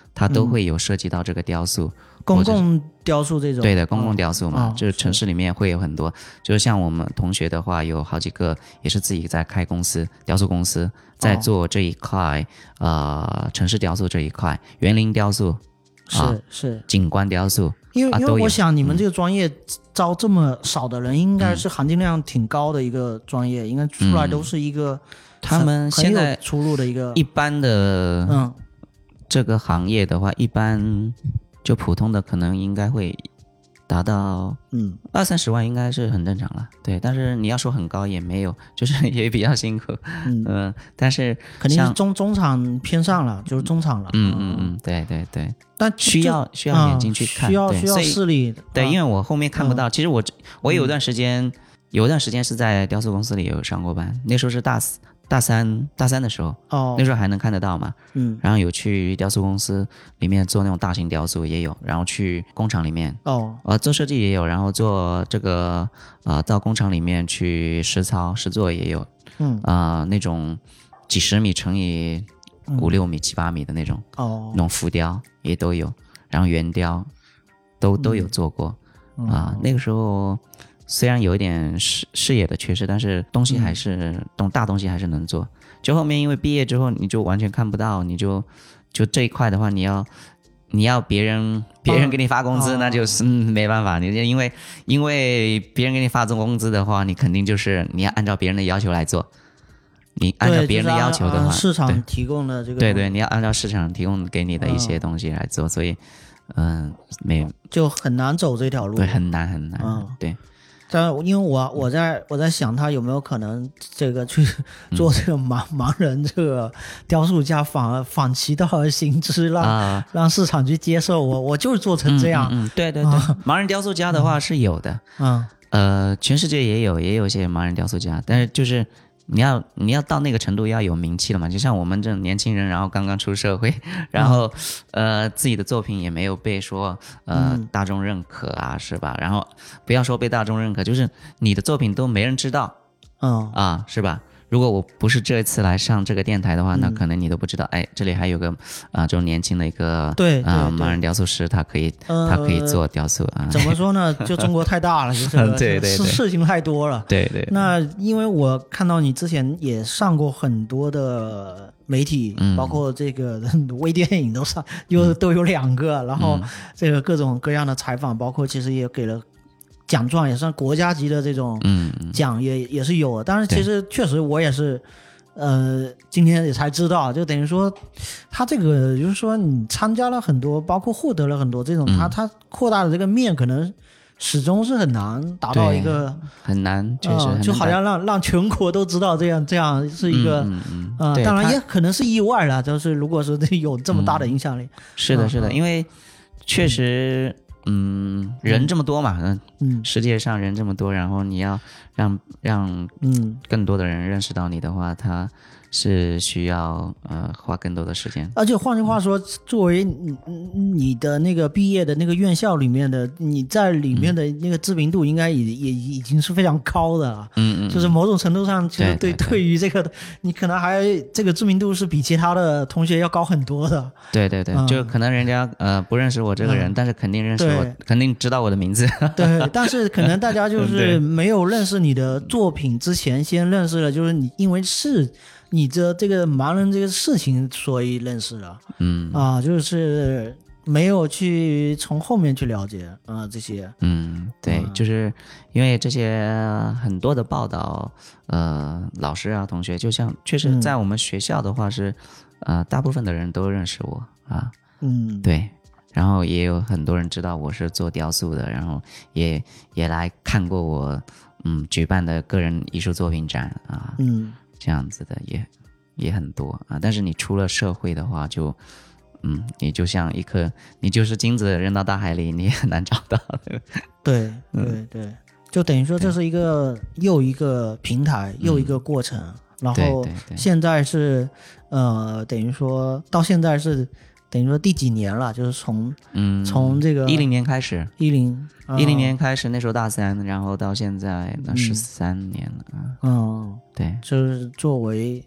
它都会有涉及到这个雕塑。
嗯、公共雕塑这种。
对的，公共雕塑嘛，
哦、
就是城市里面会有很多，就是像我们同学的话，有好几个也是自己在开公司，雕塑公司，在做这一块，哦、呃，城市雕塑这一块，园林雕塑。
是、
啊、
是
景观雕塑，
因为、
啊、
因为我想你们这个专业招这么少的人，嗯、应该是含金量挺高的一个专业，嗯、应该出来都是一个
他们现在
出路的一个
一般的，嗯，这个行业的话，一般就普通的可能应该会达到嗯二三十万，应该是很正常了。对，但是你要说很高也没有，就是也比较辛苦。嗯、呃，但是
肯定是中中场偏上了，就是中场了。
嗯嗯嗯，对对对。
但
需要需要眼睛去看，
需要需要视力。
对，因为我后面看不到。其实我我有段时间有段时间是在雕塑公司里有上过班，那时候是大四大三大三的时候，哦，那时候还能看得到嘛。嗯，然后有去雕塑公司里面做那种大型雕塑也有，然后去工厂里面哦，呃，做设计也有，然后做这个呃到工厂里面去实操实作也有，嗯啊、呃、那种几十米乘以五六米、七八米的那种哦，那种浮雕也都有，然后圆雕都都有做过、嗯、啊。那个时候虽然有一点视视野的缺失，但是东西还是、嗯、东大东西还是能做。就后面因为毕业之后你就完全看不到，你就就这一块的话，你要你要别人别人给你发工资，哦、那就是、嗯、没办法。你因为因为别人给你发这工资的话，你肯定就是你要按照别人的要求来做。你按照别人的要求的话，
就是、市场提供的这个，
对对，你要按照市场提供给你的一些东西来做，嗯、所以，嗯、呃，没
就很难走这条路，
对，很难很难，嗯、对。
但因为我我在我在想，他有没有可能这个去做这个盲、嗯、盲人这个雕塑家反反其道而行之，让、啊、让市场去接受我，我就是做成这样。
嗯，嗯嗯对对对、嗯，盲人雕塑家的话是有的，嗯，呃，全世界也有也有一些盲人雕塑家，但是就是。你要你要到那个程度要有名气了嘛，就像我们这种年轻人，然后刚刚出社会，然后、嗯、呃自己的作品也没有被说呃、嗯、大众认可啊，是吧？然后不要说被大众认可，就是你的作品都没人知道，嗯啊，是吧？如果我不是这一次来上这个电台的话，嗯、那可能你都不知道，哎，这里还有个啊、呃，这种年轻的一个
对
啊、呃、盲人雕塑师，他可以、呃、他可以做雕塑啊。
怎么说呢？就中国太大了，就是
对对对，
事情太多了。
对 对, 对。
那因为我看到你之前也上过很多的媒体，嗯、包括这个微电影都上，有、嗯、都有两个，然后这个各种各样的采访，包括其实也给了。奖状也算国家级的这种奖也、嗯、也是有的，但是其实确实我也是，呃，今天也才知道，就等于说，他这个就是说你参加了很多，包括获得了很多这种，他、嗯、他扩大的这个面可能始终是很难达到一个
很难，确实很难、呃、
就好像让让全国都知道这样这样是一个，嗯嗯嗯呃，当然也可能是意外了，就是如果说有这么大的影响力，
嗯、是的，是的，嗯、因为确实。嗯，人这么多嘛，嗯，世界上人这么多，然后你要让让嗯更多的人认识到你的话，他是需要呃花更多的时间。
而且换句话说，作为你你的那个毕业的那个院校里面的，你在里面的那个知名度应该也、嗯、也已经是非常高的了。嗯嗯，就是某种程度上，其实对对于这个你可能还这个知名度是比其他的同学要高很多的。
对对对，嗯、就可能人家呃不认识我这个人，嗯、但是肯定认识我，肯定知道我的名字。
对，但是可能大家就是没有认识你的作品之前，先认识了，就是你因为是。你这这个盲人这个事情，所以认识了，嗯啊，就是没有去从后面去了解啊这些，
嗯，对，嗯、就是因为这些很多的报道，呃，老师啊、同学，就像确实在我们学校的话是，嗯、呃，大部分的人都认识我啊，嗯，对，然后也有很多人知道我是做雕塑的，然后也也来看过我，嗯，举办的个人艺术作品展啊，嗯。这样子的也也很多啊，但是你出了社会的话就，嗯，你就像一颗，你就是金子扔到大海里，你也很难找到。
对对对，就等于说这是一个又一个平台，又一个过程，嗯、然后现在是呃，等于说到现在是等于说第几年了？就是从嗯从这个
一零年开始，
一零
一零年开始，那时候大三，然后到现在那十三年了啊。
嗯，
对，
就是作为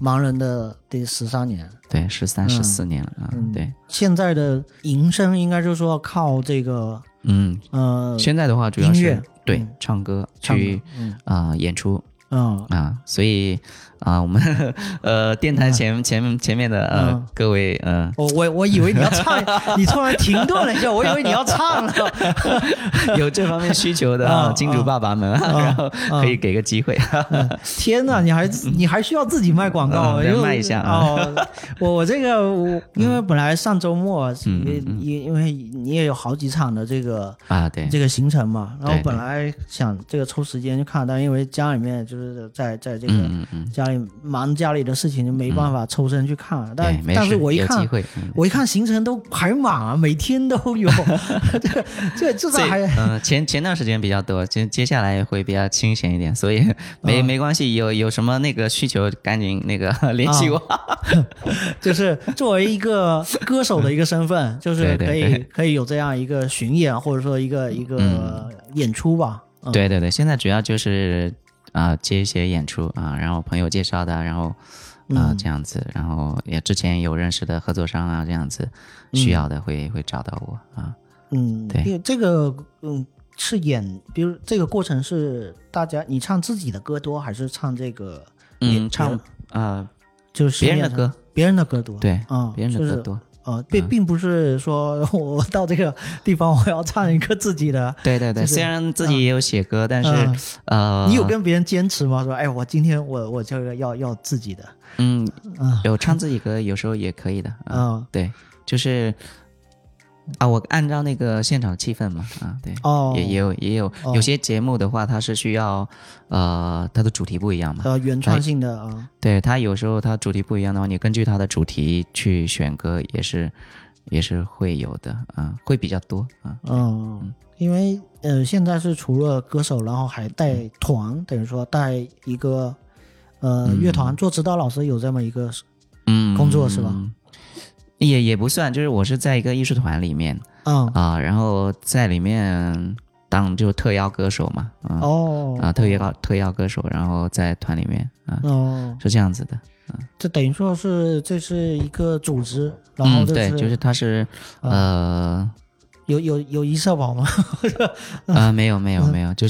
盲人的第十三年，
对，十三十四年了啊、嗯，对。
现在的营生应该就是说靠这个，
嗯
呃，
现在的话主要是
音乐
对、
嗯、
唱歌
唱歌
去啊、呃、演出。
嗯
啊，所以啊，我们呃电台前、嗯、前前面的呃、嗯、各位呃，
我我我以为你要唱，你突然停顿了一下，我以为你要唱了。
有这方面需求的、啊、金主爸爸们，啊、然后可以给个机会。
嗯、天哪，你还你还需要自己卖广告？
嗯、卖一下啊！
哦，我我这个我因为本来上周末，
嗯、
因因为你也有好几场的这个
啊，对
这个行程嘛，然后本来想这个抽时间去看，但因为家里面就是。在在这个家里、嗯嗯、忙家里的事情，就没办法抽身去看。嗯、但但是我一看，
嗯、
我一看行程都排满啊，每天都有。这这至少还
嗯、呃、前前段时间比较多，接接下来会比较清闲一点，所以没、嗯、没关系，有有什么那个需求，赶紧那个联系我。
啊、就是作为一个歌手的一个身份，就是可以
对对对
可以有这样一个巡演，或者说一个一个演出吧。
嗯、对对对，现在主要就是。啊、呃，接一些演出啊，然后朋友介绍的，然后啊、呃嗯、这样子，然后也之前有认识的合作商啊，这样子需要的会、嗯、会找到我啊。
嗯，对，这个嗯是演，比如这个过程是大家你唱自己的歌多，还是唱这个
嗯唱呃
就是
别人的歌，
别人的歌多，
对
啊、
嗯，别人的歌多。
就是呃，并并不是说我到这个地方我要唱一个自己的，
对对对，就是、虽然自己也有写歌，嗯、但是、嗯、呃，
你有跟别人坚持吗？说，哎，我今天我我这个要要自己的，
嗯，有唱自己歌，有时候也可以的，啊、嗯，对，就是啊，我按照那个现场气氛嘛，啊，对，
哦，
也也有也有、哦、有些节目的话，它是需要呃，它的主题不一样嘛，
呃，原创性的啊，
对，它有时候它主题不一样的话，你根据它的主题去选歌也是也是会有的啊，会比较多啊，
嗯，嗯因为呃，现在是除了歌手，然后还带团，嗯、等于说带一个呃、嗯、乐团做指导老师，有这么一个嗯工作是吧？
嗯也也不算，就是我是在一个艺术团里面，
嗯
啊，然后在里面当就特邀歌手嘛，啊、
哦
啊特邀特邀歌手，然后在团里面啊，
哦
是这样子的，啊，
这等于说是这是一个组织，然后、就是、
嗯对，就是它是、嗯、呃
有有有一社保吗？
啊、呃、没有没有没有，就是、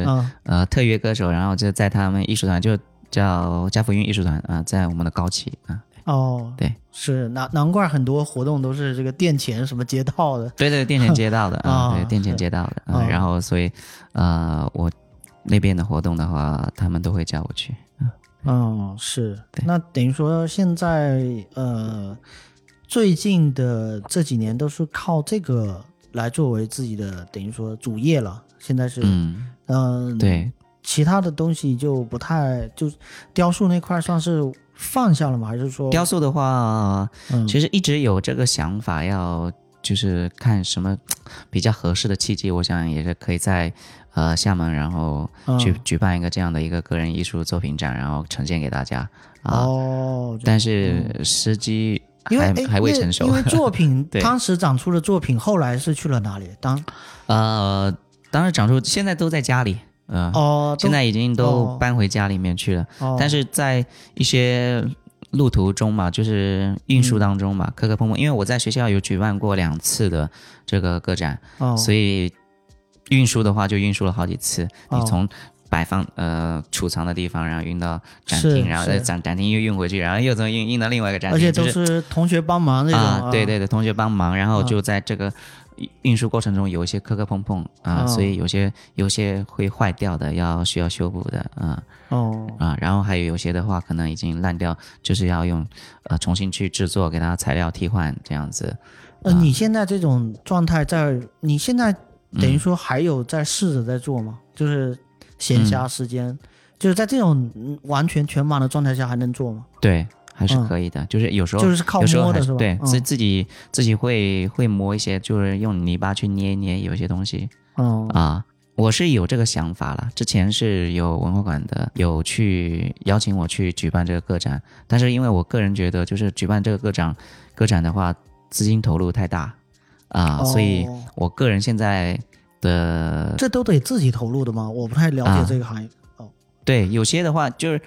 嗯、呃特约歌手，然后就在他们艺术团就叫嘉福韵艺术团啊，在我们的高崎啊。
哦，
对，
是难难怪很多活动都是这个店前什么街道的，
对对，店前街道的啊，对，店前街道的啊，然后所以呃，我那边的活动的话，他们都会叫我去。
哦，是，那等于说现在呃，最近的这几年都是靠这个来作为自己的等于说主业了，现在是
嗯
嗯、呃、
对，
其他的东西就不太，就雕塑那块算是放下了吗？还是说
雕塑的话、嗯、其实一直有这个想法，要就是看什么比较合适的契机，我想也是可以在呃厦门，然后去、嗯、举办一个这样的一个个人艺术作品展，然后呈现给大家啊。
哦，
但是时机还、
嗯、
还未成熟，
因为作品当时长出的作品后来是去了哪里？当
呃当时长出现在都在家里。呃、
哦，
现在已经都搬回家里面去了、哦、但是在一些路途中嘛，就是运输当中嘛、嗯、磕磕碰碰，因为我在学校有举办过两次的这个个展、哦、所以运输的话就运输了好几次、哦、你从摆放呃储藏的地方，然后运到展厅，然后在展展厅又运回去，然后又从运运到另外一个展厅，
而且都是同学帮忙那种、
就是、啊，对对对，同学帮忙，然后就在这个运输过程中有一些磕磕碰碰啊、哦，所以有些有些会坏掉的，要需要修补的啊，
哦
啊，然后还有有些的话可能已经烂掉，就是要用呃重新去制作，给它材料替换这样子。
呃，你现在这种状态在，你现在等于说还有在试着在做吗？嗯、就是闲暇时间、嗯，就是在这种完全全满的状态下还能做吗？
对。还是可以的、嗯，就是有时候
就是靠摸的是吧？
对，
嗯、
自自己自己会会摸一些，就是用泥巴去捏一捏有一些东西。
哦、
嗯、啊，我是有这个想法了。之前是有文化馆的有去邀请我去举办这个个展，但是因为我个人觉得，就是举办这个个展个展的话，资金投入太大啊、
哦，
所以我个人现在的
这都得自己投入的吗？我不太了解这个行业。
啊、哦，对，有些的话就是。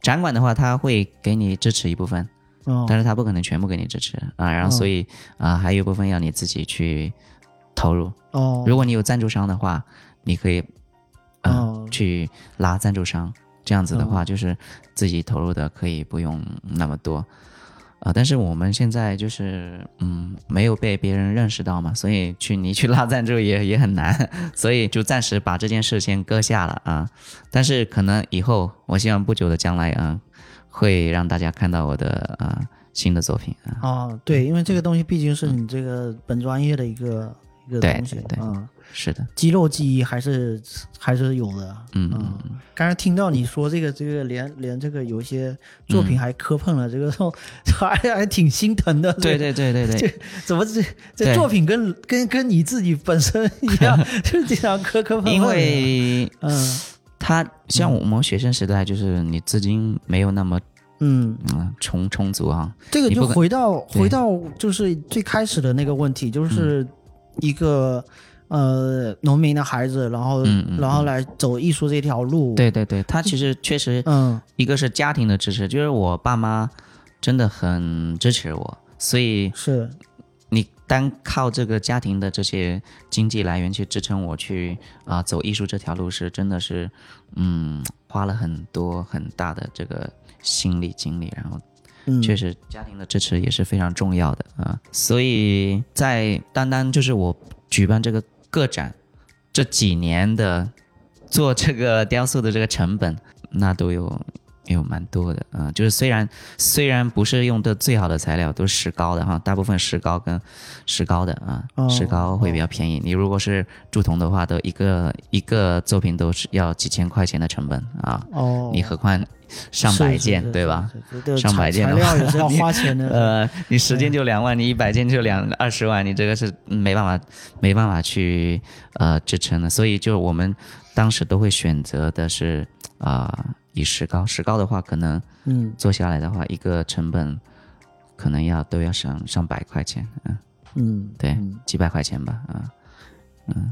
展馆的话，他会给你支持一部分，
哦，
但是他不可能全部给你支持啊。然后所以啊、呃，还有一部分要你自己去投入。
哦，
如果你有赞助商的话，你可以呃、
哦、
去拉赞助商，这样子的话，
哦、
就是自己投入的可以不用那么多。啊、呃，但是我们现在就是嗯没有被别人认识到嘛，所以去你去拉赞助也也很难，所以就暂时把这件事先搁下了啊。但是可能以后，我希望不久的将来啊，会让大家看到我的啊新的作品啊。
哦，对，因为这个东西毕竟是你这个本专业的一个、嗯、一个东西，
对对、
嗯，
是的，
肌肉记忆还是还是有的，
嗯
嗯。刚才听到你说这个这个连连这个有一些作品还磕碰了，嗯、这个还还挺心疼的。
对对对对对，
这怎么这这作品跟跟跟你自己本身一样，就是经常磕磕碰碰。
因为
嗯，
他像我们学生时代，就是你资金没有那么。
嗯
嗯，充充足啊，
这个就回到回到就是最开始的那个问题，就是一个、嗯、呃农民的孩子，然后、嗯嗯、然后来走艺术这条路。
对对对，他其实确实，嗯，一个是家庭的支持，就是我爸妈真的很支持我，所以
是
你单靠这个家庭的这些经济来源去支撑我去啊、呃、走艺术这条路，是真的是嗯花了很多很大的这个。心力精力，然后确实家庭的支持也是非常重要的啊，所以在单单就是我举办这个个展这几年的做这个雕塑的这个成本，那都有有蛮多的啊，就是虽然虽然不是用的最好的材料，都是石膏的哈，大部分石膏跟石膏的啊，哦、石膏会比较便宜。哦、你如果是铸铜的话，都一个一个作品都是要几千块钱的成本啊，哦，你何况上百件，对吧？上百件的话，
材料也是要花钱的。
呃，你十件就两万，你一百件就两二十万，你这个是没办法没办法去呃支撑的。所以就我们当时都会选择的是啊。呃以石膏，石膏的话，可能嗯做下来的话，嗯、一个成本可能要都要上上百块钱，嗯嗯，对，嗯、几百块钱吧，啊，嗯。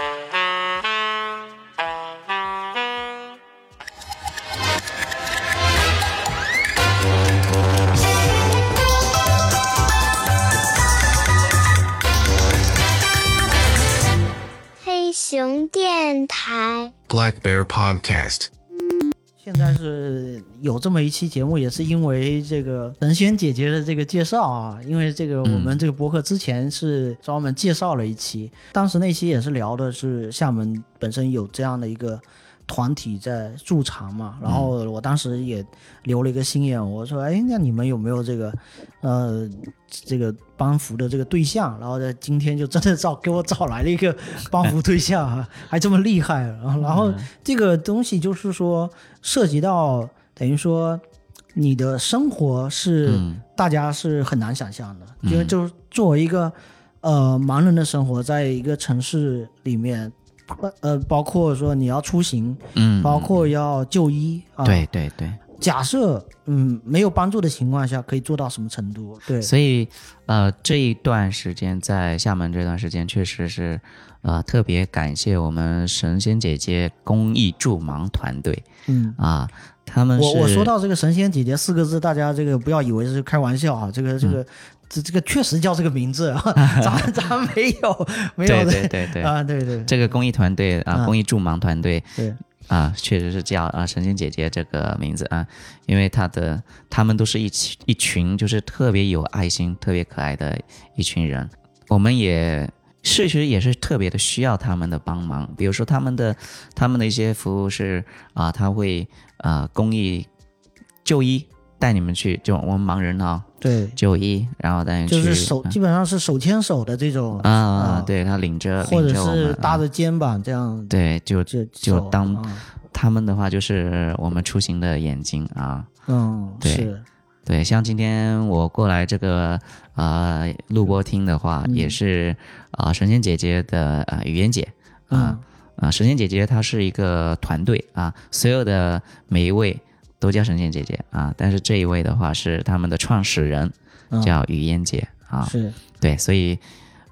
黑熊电台
Black Bear Podcast。
现在是有这么一期节目，也是因为这个神仙姐姐的这个介绍啊，因为这个我们这个博客之前是专门介绍了一期，嗯、当时那期也是聊的是厦门本身有这样的一个团体在驻场嘛，然后我当时也留了一个心眼，我说哎，那你们有没有这个呃这个帮扶的这个对象？然后在今天就真的找给我找来了一个帮扶对象啊，还这么厉害。然后然后这个东西就是说涉及到等于说你的生活是、嗯、大家是很难想象的，因为就作为一个呃盲人的生活，在一个城市里面。呃，包括说你要出行，嗯，包括要就医啊，
对对对。
假设嗯没有帮助的情况下，可以做到什么程度？对，
所以呃这一段时间在厦门这段时间，确实是呃特别感谢我们神仙姐姐公益助盲团队，嗯啊。他们是
我我说到这个神仙姐姐四个字，大家这个不要以为是开玩笑啊，这个这个、嗯、这这个确实叫这个名字啊，咱咱没有没有
对对对对
啊对对，
这个公益团队啊，公益助盲团队
对
啊，确实是叫啊神仙姐姐这个名字啊，因为他的他们都是一起一群就是特别有爱心、特别可爱的一群人，我们也。事实也是特别的需要他们的帮忙，比如说他们的他们的一些服务是啊，他会啊公益就医带你们去，就我们盲人啊，
对
就医，然后带你去，
就是手、啊、基本上是手牵手的这种
啊，啊对他领着
或者是
搭
搭着肩膀这样，
对，就
就
就当、啊、他们的话就是我们出行的眼睛啊，
嗯，
对。
是
对，像今天我过来这个啊、呃、录播厅的话，嗯、也是啊、呃、神仙姐姐的啊、呃、语言姐啊啊、嗯呃、神仙姐姐她是一个团队啊，所有的每一位都叫神仙姐姐啊，但是这一位的话是他们的创始人，叫语言姐、嗯、啊，
是
对，所以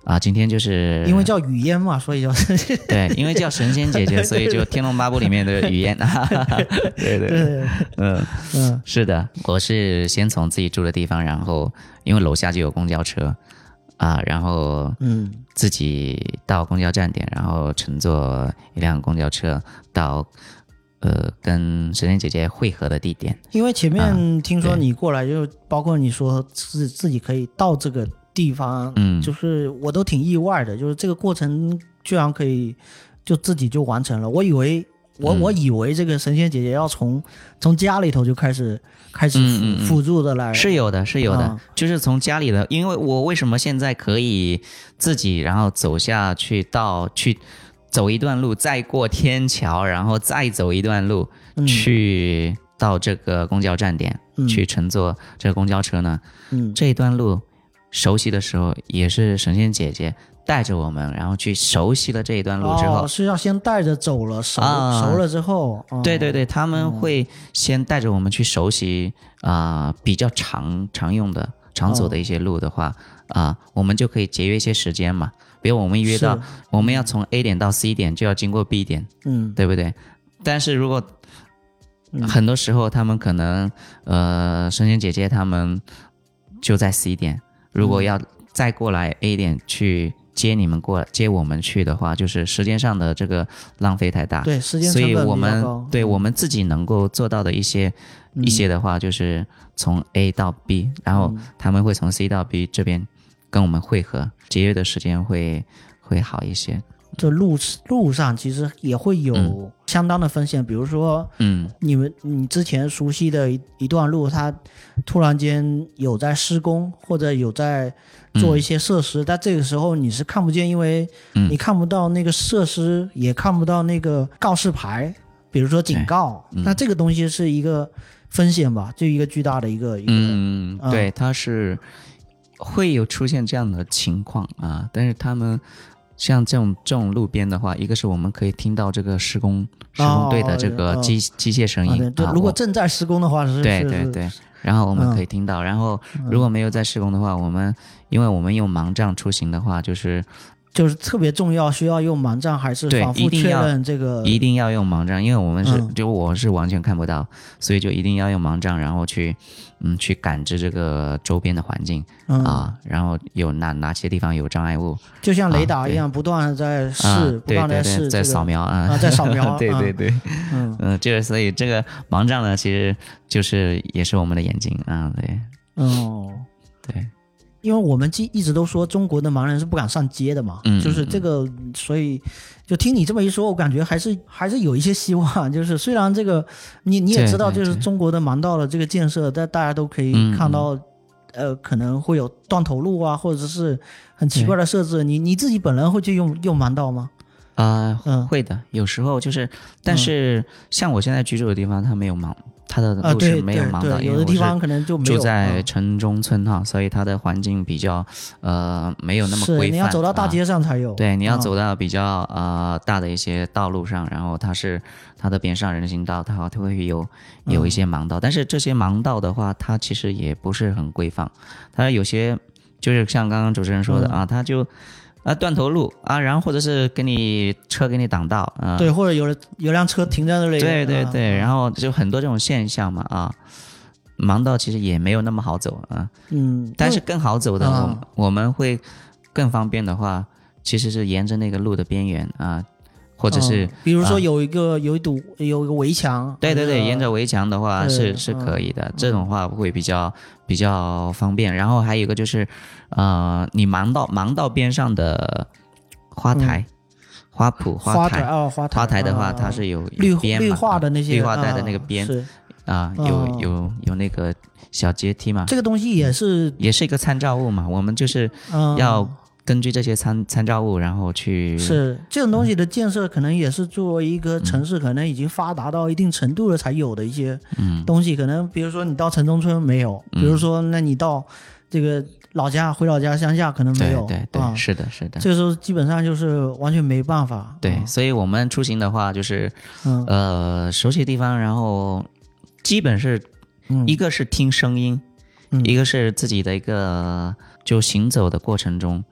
啊，今天就是
因为叫雨烟嘛，所以叫
对，因为叫神仙姐姐，所以就《天龙八部》里面的语言。对对对，嗯嗯，是的，我是先从自己住的地方，然后因为楼下就有公交车啊，然后嗯，自己到公交站点，然后乘坐一辆公交车到呃跟神仙姐姐汇合的地点。
因为前面听说你过来，就包括你说自自己可以到这个地方，嗯，就是我都挺意外的，就是这个过程居然可以就自己就完成了。我以为我、嗯、我以为这个神仙姐姐要从从家里头就开始开始辅辅助的来，
是有的，是有的、嗯，就是从家里的。因为我为什么现在可以自己然后走下去到去走一段路，再过天桥，然后再走一段路、嗯、去到这个公交站点、嗯、去乘坐这个公交车呢？嗯，这一段路。熟悉的时候也是神仙姐姐带着我们，然后去熟悉了这一段路之后，
哦、是要先带着走了，熟、啊、熟了之后、哦，
对对对，他们会先带着我们去熟悉啊、呃、比较常常用的常走的一些路的话啊、呃，我们就可以节约一些时间嘛。比如我们约到我们要从 A 点到 C 点，就要经过 B 点，嗯，对不对？但是如果很多时候他们可能呃神仙姐姐他们就在 C 点。如果要再过来 A 点去接你们过来接我们去的话，就是时间上的这个浪费太大。
对，时间成本比较高。
所以我们对我们自己能够做到的一些、嗯、一些的话，就是从 A 到 B， 然后他们会从 C 到 B 这边跟我们汇合，节约的时间会会好一些。
这路路上其实也会有相当的风险、嗯、比如说嗯，你们你之前熟悉的 一, 一段路，它突然间有在施工或者有在做一些设施、嗯、但这个时候你是看不见，因为你看不到那个设施、嗯、也看不到那个告示牌，比如说警告、嗯、那这个东西是一个风险吧，就一个巨大的一个一个
嗯，嗯对，它是会有出现这样的情况啊，但是他们像这种这种路边的话，一个是我们可以听到这个施工施工队的这个机、哦、机械声音、
啊、如果正在施工的话是
对对对，然后我们可以听到、嗯、然后如果没有在施工的话、嗯、我们因为我们用盲杖出行的话，就是
就是特别重要，需要用盲杖还是反复确认这个？
一定要用盲杖，因为我们是、嗯、就我是完全看不到，所以就一定要用盲杖，然后去嗯去感知这个周边的环境、嗯、啊，然后有哪哪些地方有障碍物，
就像雷达一样，啊、不断的在试，啊、不断的在试、这个，
在扫描啊，
啊在扫描，
对对对，
嗯
嗯，就是所以这个盲杖呢，其实就是也是我们的眼睛啊，对，
哦，
对。
因为我们一直都说中国的盲人是不敢上街的嘛，嗯、就是这个，所以就听你这么一说，我感觉还是还是有一些希望。就是虽然这个你你也知道，就是中国的盲道的这个建设，但大家都可以看到，呃，可能会有断头路啊，或者是很奇怪的设置。你你自己本人会去用用盲道吗？
啊、呃嗯，会的，有时候就是，但是像我现在居住的地方，它没有盲。它的路是没有盲道、
啊、有的地方可能就没有。
住在城中村哈、嗯，所以它的环境比较呃没有那么规范。
是，你要走到大街上才有。
啊、对，你要走到比较、嗯、呃大的一些道路上，然后它是它的边上人行道，它会有有一些盲道、嗯，但是这些盲道的话，它其实也不是很规范。它有些就是像刚刚主持人说的、嗯、啊，它就。啊，断头路啊，然后或者是给你车给你挡道啊，
对，或者有有辆车停在那里，
对对对，啊、然后就很多这种现象嘛啊，盲道其实也没有那么好走啊，嗯，但是更好走的，啊、我, 我们会更方便的话，其实是沿着那个路的边缘啊，或者是、
嗯、比如说有一个、啊、有一堵有一个围墙，
对对对，沿着围墙的话是是可以的、嗯，这种话会比较比较方便。然后还有一个就是，呃，你盲道盲道边上的花台、嗯、花圃、花台
哦，花台
花台的话，它是有
绿
边嘛，
绿化的那些
绿化带的那个边啊，啊有有有那个小阶梯嘛。
这个东西也是
也是一个参照物嘛，我们就是要。根据这些参参照物，然后去
是这种东西的建设，可能也是作为一个城市，可能已经发达到一定程度了才有的一些东西。嗯、可能比如说你到城中村没有，嗯、比如说那你到这个老家回老家乡下可能没有。
对对对、
啊，
是的，是的。
这个时候基本上就是完全没办法。
对，
啊、
所以我们出行的话，就是、嗯、呃熟悉的地方，然后基本是、嗯、一个是听声音、嗯，一个是自己的一个就行走的过程中。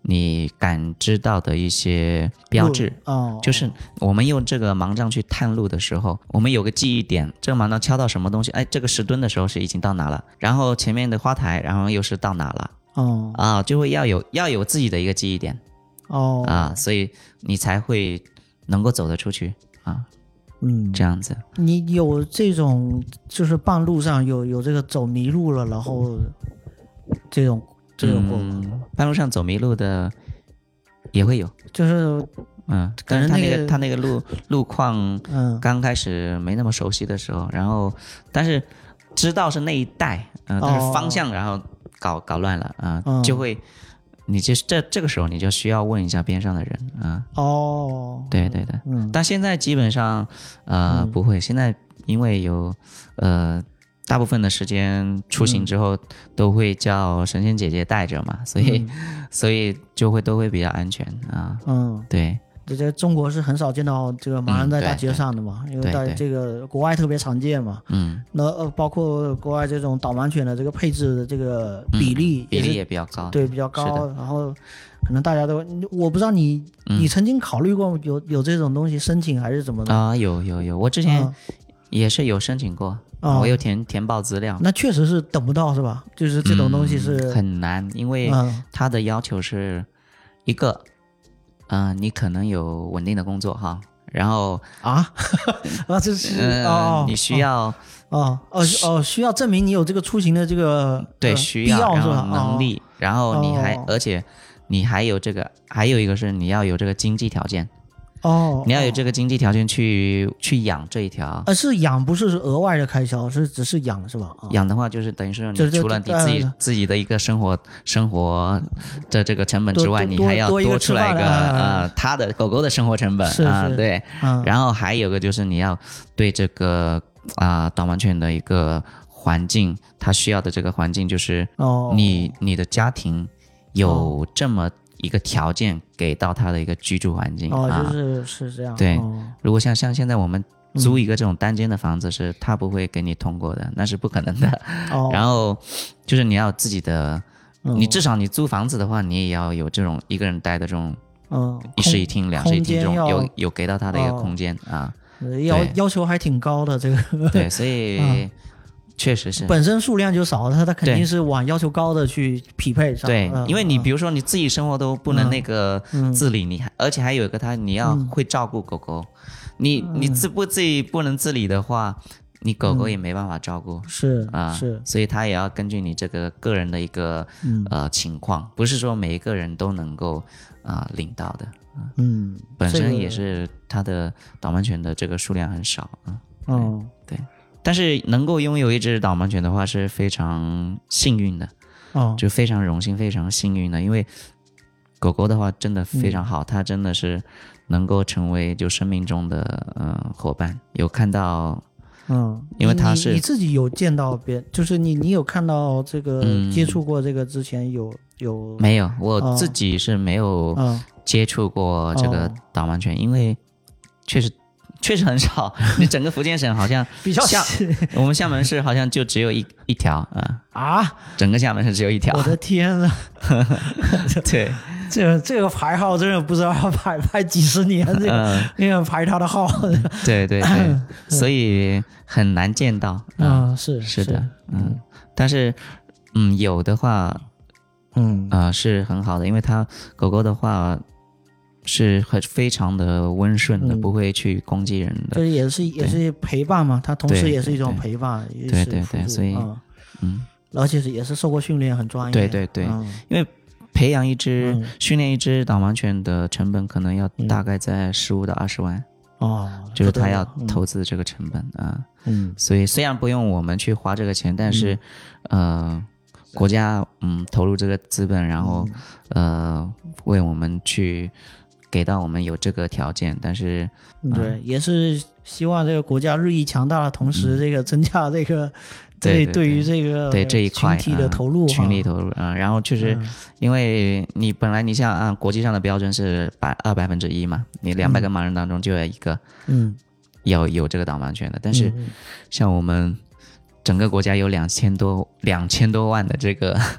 你感知到的一些标志。
哦，
就是我们用这个盲杖去探路的时候，我们有个记忆点，这个盲杖敲到什么东西，哎，这个石墩的时候是已经到哪了，然后前面的花台，然后又是到哪了。
哦
啊，就会要有要有自己的一个记忆点。
哦
啊，所以你才会能够走得出去啊。
嗯，
这样子。
你有这种就是半路上有有这个走迷路了，然后这种这种过吗？
嗯，半路上走迷路的也会有，
就是
嗯，但是他那
可能那个
个他那个路路况，
嗯
刚开始没那么熟悉的时候，然后但是知道是那一带，嗯、呃，但是方向然后搞搞乱了啊、呃
嗯
就会。你就这这个时候你就需要问一下边上的人啊。
哦，
对对对，
嗯，
但现在基本上呃、
嗯、
不会，现在因为有呃大部分的时间出行之后都会叫神仙姐姐带着嘛，所以、嗯、所以就会都会比较安全啊。
嗯，
对。
这在中国是很少见到这个盲人在大街上的嘛，
嗯、
因为在这个国外特别常见嘛。
嗯，
那呃，包括国外这种导盲犬的这个配置的这个比例、
嗯、比例也比较高，
对，比较高。然后可能大家都，我不知道你、嗯、你曾经考虑过有有这种东西申请还是怎么的
啊、呃？有有有，我之前也是有申请过，嗯、我有填填报资料。
那确实是等不到是吧？就是这种东西是、
嗯、很难，因为它的要求是一个。嗯、呃，你可能有稳定的工作哈，然后
啊啊，这是、呃、哦，
你需要
哦哦哦，需要证明你有这个出行的这个
对、
呃、
需要，
必要是吧？
能力，
哦、
然后你还、
哦、
而且你还有这个，还有一个是你要有这个经济条件。
哦，
你要有这个经济条件去、哦、去养这一条，
呃，是养，不是额外的开销，是只是养是吧？哦、
养的话就是等于说，你除了你自己、呃、自己的一个生活生活的这个成本之外，你还要多出来一个呃他的狗狗的生活成本啊、呃，对、
嗯，
然后还有个就是你要对这个啊、呃、导盲犬的一个环境，它需要的这个环境就是你、哦、你的家庭有这么。一个条件给到他的一个居住环境
哦，
啊，
就是是这样。
对、
哦，
如果像像现在我们租一个这种单间的房子是，是、嗯、他不会给你通过的，那是不可能的。
哦，
然后就是你要有自己的，
嗯、
你至少你租房子的话，你也要有这种一个人待的这种，
嗯，
一室一厅、两室一厅这种有有给到他的一个空间、哦、啊，
要要求还挺高的这个。
对，所以。嗯确实是，
本身数量就少，它它肯定是往要求高的去匹配上。
对，
嗯、
因为你比如说你自己生活都不能那个自理，嗯、你还而且还有一个它，你要会照顾狗狗，嗯、你你自不自己不能自理的话，你狗狗也没办法照顾。
嗯、是
啊，
是，
所以它也要根据你这个个人的一个、嗯、呃情况，不是说每一个人都能够啊、呃、领到的。
嗯，
本身也是它的导盲犬的这个数量很少啊。
嗯，
对。但是能够拥有一只导盲犬的话是非常幸运的，
哦，
就非常荣幸、非常幸运的，因为狗狗的话真的非常好，嗯、它真的是能够成为就生命中的呃伙伴。有看到，
嗯，
因为它是
你, 你自己有见到别，就是你你有看到这个、嗯、接触过这个之前有有
没有？我自己是没有接触过这个导盲犬，哦、因为确实。确实很少，你整个福建省好像
比较
厦，我们厦门市好像就只有一一条啊
啊，
整个厦门市只有一条。
我的天啊！
对，
这个这个排号真的不知道要排排几十年，这个那个、嗯、排他的号。
对对对，所以很难见到啊、
嗯，是
是的，嗯，但是嗯有的话，
嗯
啊、呃、是很好的，因为它狗狗的话。是很非常的温顺的、嗯，不会去攻击人的。
这也是也是陪伴嘛，它同时也是一种陪伴。
对对 对, 对，所以
嗯，
嗯，
而且是也是受过训练，很专业。
对对对，嗯、因为培养一只、嗯、训练一只导盲犬的成本可能要大概在十五到二十万。
哦、嗯，
就是他要投资这个成本啊。
嗯，
所以虽然不用我们去花这个钱，但是、嗯、呃，国家嗯投入这个资本，然后、嗯、呃为我们去。给到我们有这个条件，但是
对、嗯，也是希望这个国家日益强大的同时，这个增加这个、嗯、
对
对于这个
对这一块
群体的投入，
群体投入啊、嗯。然后就是因为你本来你像按国际上的标准是百二百分之一嘛，你两百个盲人当中就有一个
嗯
要有这个导盲犬的，但是像我们整个国家有两千多两千多万的这个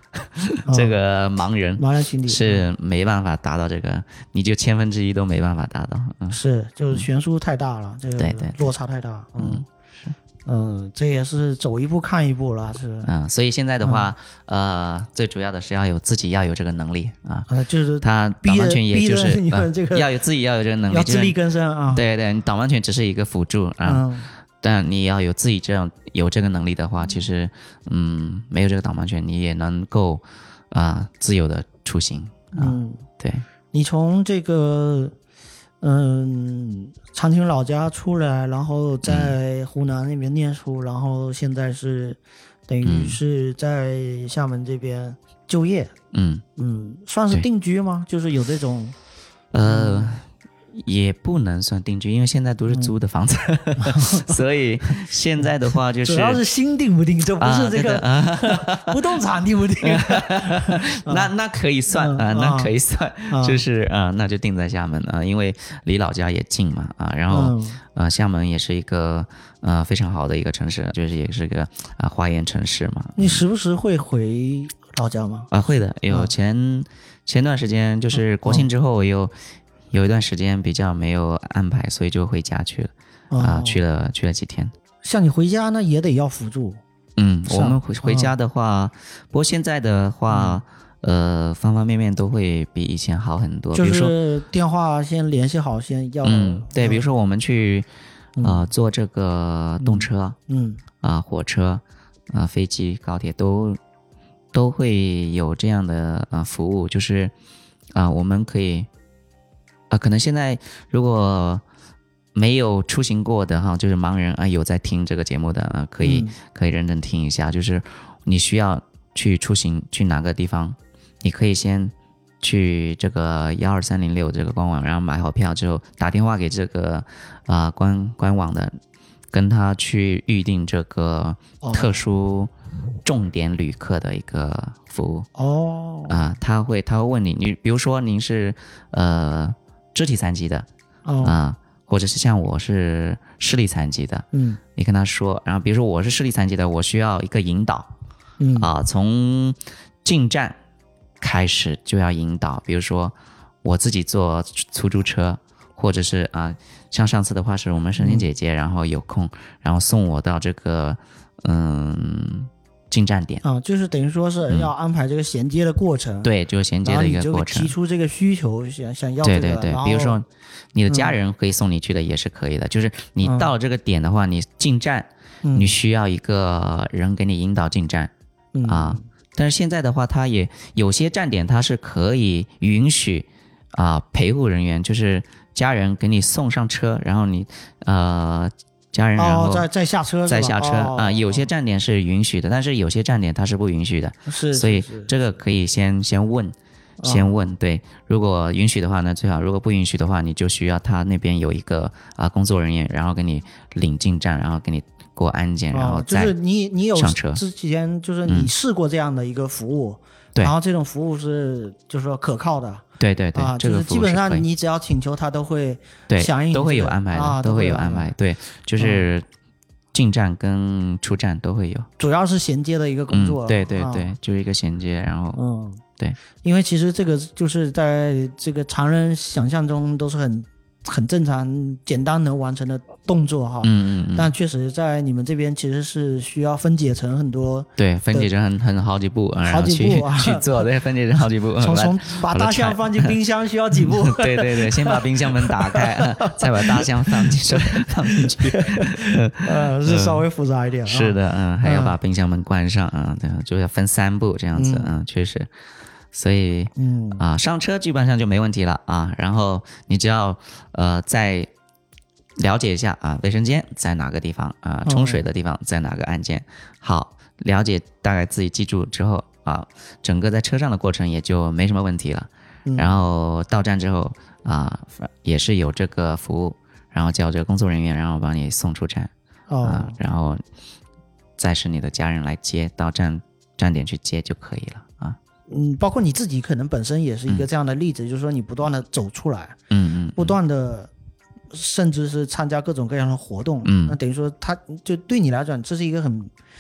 这个盲人
盲人群体
是没办法达到这个，你就千分之一都没办法达到。嗯，
是，就是悬殊太大了，这个
对对对
落差太大。嗯，
嗯
是，嗯，这也是走一步看一步了，是。
嗯，所以现在的话，呃，最主要的是要有自己要有这个能力啊。
啊，就是
他
逼着
导盲犬也就
逼着
是呃
你们这个
要有自己要有这个能力，就是
要自力更生啊。
对对，你导盲犬只是一个辅助啊。
嗯
但你要有自己这样有这个能力的话，其实嗯，没有这个导盲犬，你也能够啊、呃、自由的出行啊。
嗯，
对，
你从这个嗯长青老家出来，然后在湖南那边念书，然后现在是等于是在厦门这边就业。
嗯
嗯，算是
对
定居吗？就是有这种
呃。也不能算定居，因为现在都是租的房子，所以现在的话就是
主要是心定不定，这不是这个、
啊啊、
不动产定不定。
那那可以算啊、呃，那可以算，
啊、就是
啊、呃，那就定在厦门啊、呃，因为离老家也近嘛啊，然后、嗯、呃，厦门也是一个呃非常好的一个城市，就是也是个啊、呃、花园城市嘛。
你时不时会回老家吗？
啊，会的，有前、啊、前段时间就是国庆之后我有。有一段时间比较没有安排，所以就回家去了啊、哦呃，去了去了几天。
像你回家呢，也得要辅助。
嗯，我们回回家的话，哦、不过现在的话，嗯、呃，方方面面都会比以前好很多。
就是电话先联系好，先要。
嗯，对，比如说我们去啊、呃、坐这个动车，
嗯
啊、呃、火车啊、呃、飞机、高铁都都会有这样的啊、呃、服务，就是啊、呃、我们可以。啊，可能现在如果没有出行过的哈，就是盲人啊，有在听这个节目的啊，可以、嗯、可以认真听一下。就是你需要去出行去哪个地方，你可以先去这个幺二三零六这个官网，然后买好票之后打电话给这个啊、呃、官官网的，跟他去预定这个特殊重点旅客的一个服务。
哦，
啊、呃，他会他会问你，你比如说您是呃。肢体残疾的，啊、
哦
呃，或者是像我是视力残疾的，
嗯，
你跟他说，然后比如说我是视力残疾的，我需要一个引导，
嗯
啊、呃，从进站开始就要引导，比如说我自己坐出租车，或者是啊、呃，像上次的话是我们神仙姐姐，嗯、然后有空，然后送我到这个嗯。进站点
啊，就是等于说是要安排这个衔接的过程，
嗯、对，就是衔接的一个过程。
提出这个需求，想想要、这个、
对对对，比如说你的家人可以送你去的也是可以的，嗯、就是你到了这个点的话，你进站，嗯、你需要一个人给你引导进站、
嗯、
啊。但是现在的话，它也有些站点它是可以允许啊陪护人员，就是家人给你送上车，然后你呃。家人然后
再再下车，
再下车啊、
哦
呃，有些站点是允许的，但是有些站点它是不允许的，
是，
所以这个可以先先问，先问，对，如果允许的话呢最好，如果不允许的话，你就需要他那边有一个啊、呃、工作人员，然后给你领进站，然后给你过安检，
哦、
然后再
就是你你有
上车。
之前就是你试过这样的一个服务，
对、
嗯，然后这种服务是就是说可靠的。
对对对，
啊，
这个
就是基本上你只要请求，他都会响应、
这个，都会有安排的，
啊、
都会有安排。对，就是进站跟出站都会有，
主要是衔接的一个工作。
嗯、对对对，
啊、
就是一个衔接，然后
嗯，
对，
因为其实这个就是在这个常人想象中都是很很正常、简单能完成的动作哈。
嗯嗯嗯。
但确实在你们这边其实是需要分解成很多。
对，分解成很很好几步，
好几步
啊，去做，对，分解成好几步。
从从把大象放进冰箱需要几步？
对对对，先把冰箱门打开，再把大象放进放进去。
呃，是稍微复杂一点。
嗯、是的，嗯，还要把冰箱门关上啊，对，就要分三步这样子，嗯，嗯确实。所以，
嗯
啊，上车基本上就没问题了啊。然后你只要呃再了解一下啊，卫生间在哪个地方啊，冲水的地方在哪个按键。好，了解大概自己记住之后啊，整个在车上的过程也就没什么问题了。
嗯、
然后到站之后啊，也是有这个服务，然后叫这个工作人员，然后帮你送出站、
哦、
啊，然后再是你的家人来接到站站点去接就可以了啊。
嗯，包括你自己可能本身也是一个这样的例子，嗯、就是说你不断的走出来，
嗯 嗯, 嗯，
不断的，甚至是参加各种各样的活动，
嗯，
那等于说他就对你来讲，这是一个很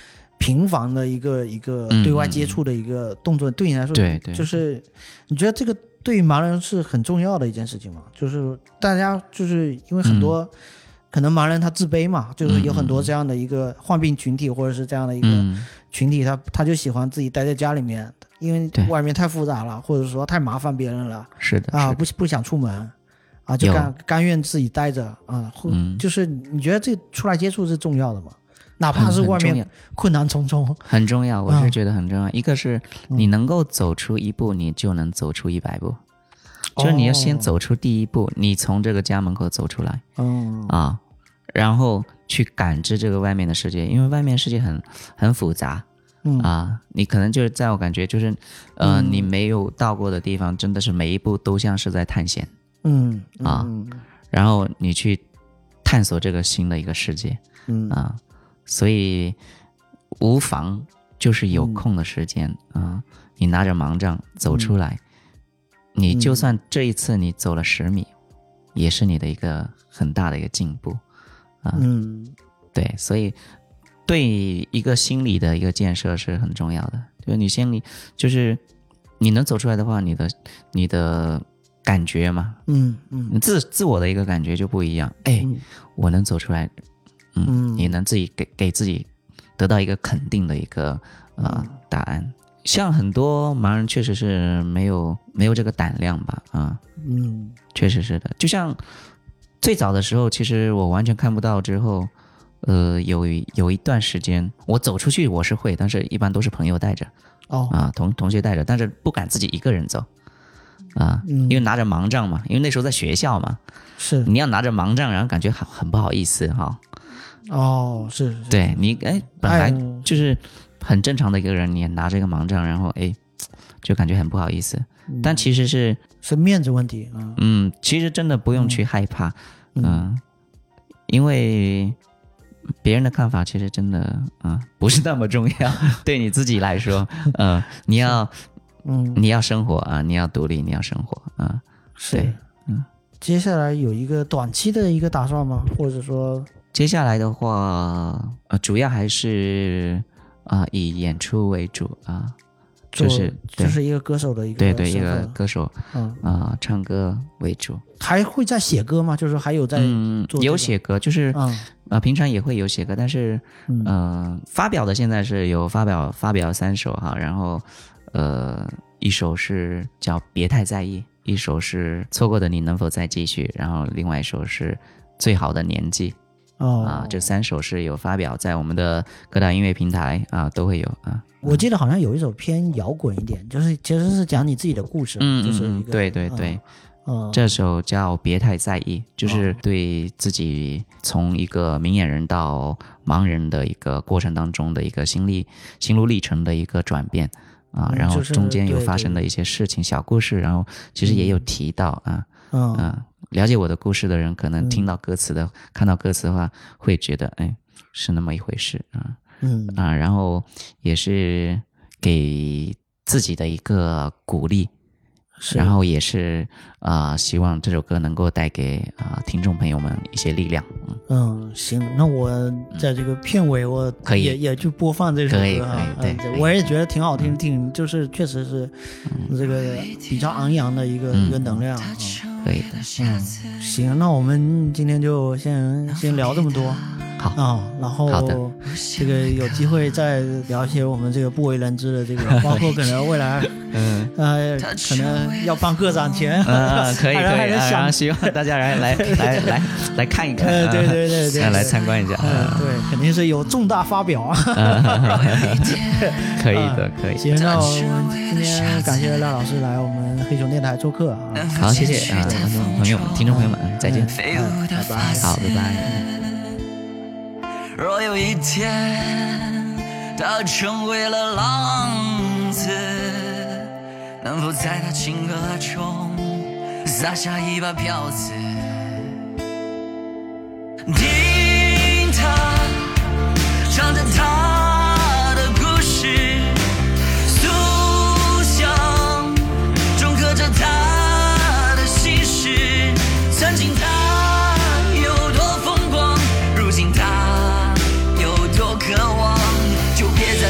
频繁的一个一个对外接触的一个动作，嗯、对你来说，
对对，
就是你觉得这个对于盲人是很重要的一件事情吗？就是大家就是因为很多、嗯、可能盲人他自卑嘛，就是有很多这样的一个患病群体、嗯、或者是这样的一个群体，他他就喜欢自己待在家里面，因为外面太复杂了，或者说太麻烦别人了，
是的
啊，不不想出门。啊，就甘甘愿自己待着啊、嗯，就是你觉得这出来接触是重要的吗？哪怕是外面困难重重，
很重要，我是觉得很重要。嗯、一个是你能够走出一步，你就能走出一百步，嗯、就是你要先走出第一步，哦、你从这个家门口走出来，
嗯
啊，然后去感知这个外面的世界，因为外面世界很很复杂。
嗯
啊，你可能就是在我感觉就是，呃，嗯、你没有到过的地方，真的是每一步都像是在探险。
嗯
啊，然后你去探索这个新的一个世界，
嗯
啊，所以无妨就是有空的时间、嗯、啊，你拿着盲杖走出来、嗯，你就算这一次你走了十米、嗯，也是你的一个很大的一个进步，啊，
嗯，
对，所以对一个心理的一个建设是很重要的，就是你心里就是你能走出来的话，你的你的。感觉嘛，
嗯嗯，
自自我的一个感觉就不一样。哎、嗯，我能走出来，嗯，嗯你能自己给给自己得到一个肯定的一个呃、嗯、答案。像很多盲人确实是没有没有这个胆量吧，啊，
嗯，
确实是的。就像最早的时候，其实我完全看不到之后，呃，有有一段时间我走出去我是会，但是一般都是朋友带着，
哦，
啊，同同学带着，但是不敢自己一个人走。啊、嗯，因为拿着盲杖嘛，因为那时候在学校嘛，
是
你要拿着盲杖，然后感觉很很不好意思哈。
哦，是，是
对你哎，本来就是很正常的一个人，你也拿着一个盲杖，然后哎，就感觉很不好意思。嗯、但其实是
是面子问题啊。
嗯, 嗯，其实真的不用去害怕，嗯，嗯因为别人的看法其实真的啊、嗯、不是那么重要，对你自己来说，嗯、呃，你要。
嗯，
你要生活啊，你要独立，你要生活啊，
是，嗯，接下来有一个短期的一个打算吗？或者说，
接下来的话，呃，主要还是啊、呃、以演出为主啊，就是
就是一个歌手的一个
对对一个歌手，嗯啊、呃，唱歌为主，
还会在写歌吗？就是还有在做、
嗯、有写歌，就是嗯。呃，平常也会有写歌，但是，嗯、呃，发表的现在是有发表发表三首哈，然后。呃，一首是叫别太在意，一首是错过的你能否再继续，然后另外一首是最好的年纪。
哦，
啊，这三首是有发表在我们的各大音乐平台啊，都会有啊。
我记得好像有一首偏摇滚一点，就是其实是讲你自己的故事。
嗯，
就是
一个对对对。
嗯，
这首叫别太在意，就是对自己从一个明眼人到盲人的一个过程当中的一个心历心路历程的一个转变。啊，然后中间有发生的一些事情、嗯就是、小故事，然后其实也有提到啊，
嗯、
啊，了解我的故事的人，可能听到歌词的、嗯、看到歌词的话，会觉得哎，是那么一回事啊，
嗯
啊，然后也是给自己的一个鼓励，然后也是啊、呃，希望这首歌能够带给啊、呃、听众朋友们一些力量。嗯，
嗯行，那我在这个片尾我
可以
也也去播放这首歌啊，
对、
嗯，我也觉得挺好听，挺就是确实是这个比较昂扬的一个、嗯、一个能量啊。
可以的，
嗯，行，那我们今天就先先聊这么多。
好
啊、哦，然后这个有机会再聊一些我们这个不为人知的这个，包括可能未来，嗯呃，可能要办个展前，
啊，可以可以，
还
啊、然后希望大家来来来来来看一看，
呃，对对对对，
来参观一下，
嗯，对，肯定是有重大发表啊，
可以的，可以。
行，那我们今天感谢廖老师来我们黑熊电台做客啊，
好，谢谢啊，观众朋友们、听众朋友们，再见，
嗯、拜拜，
好，拜拜。
若有一天他成为了浪子，能否在他情歌中撒下一把票子，听他唱着他的故事，诉想中刻着他的心事，曾经他有多疯狂，如今他渴望，就别再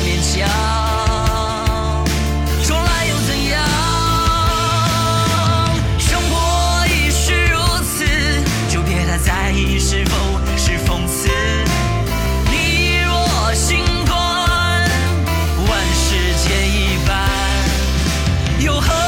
又何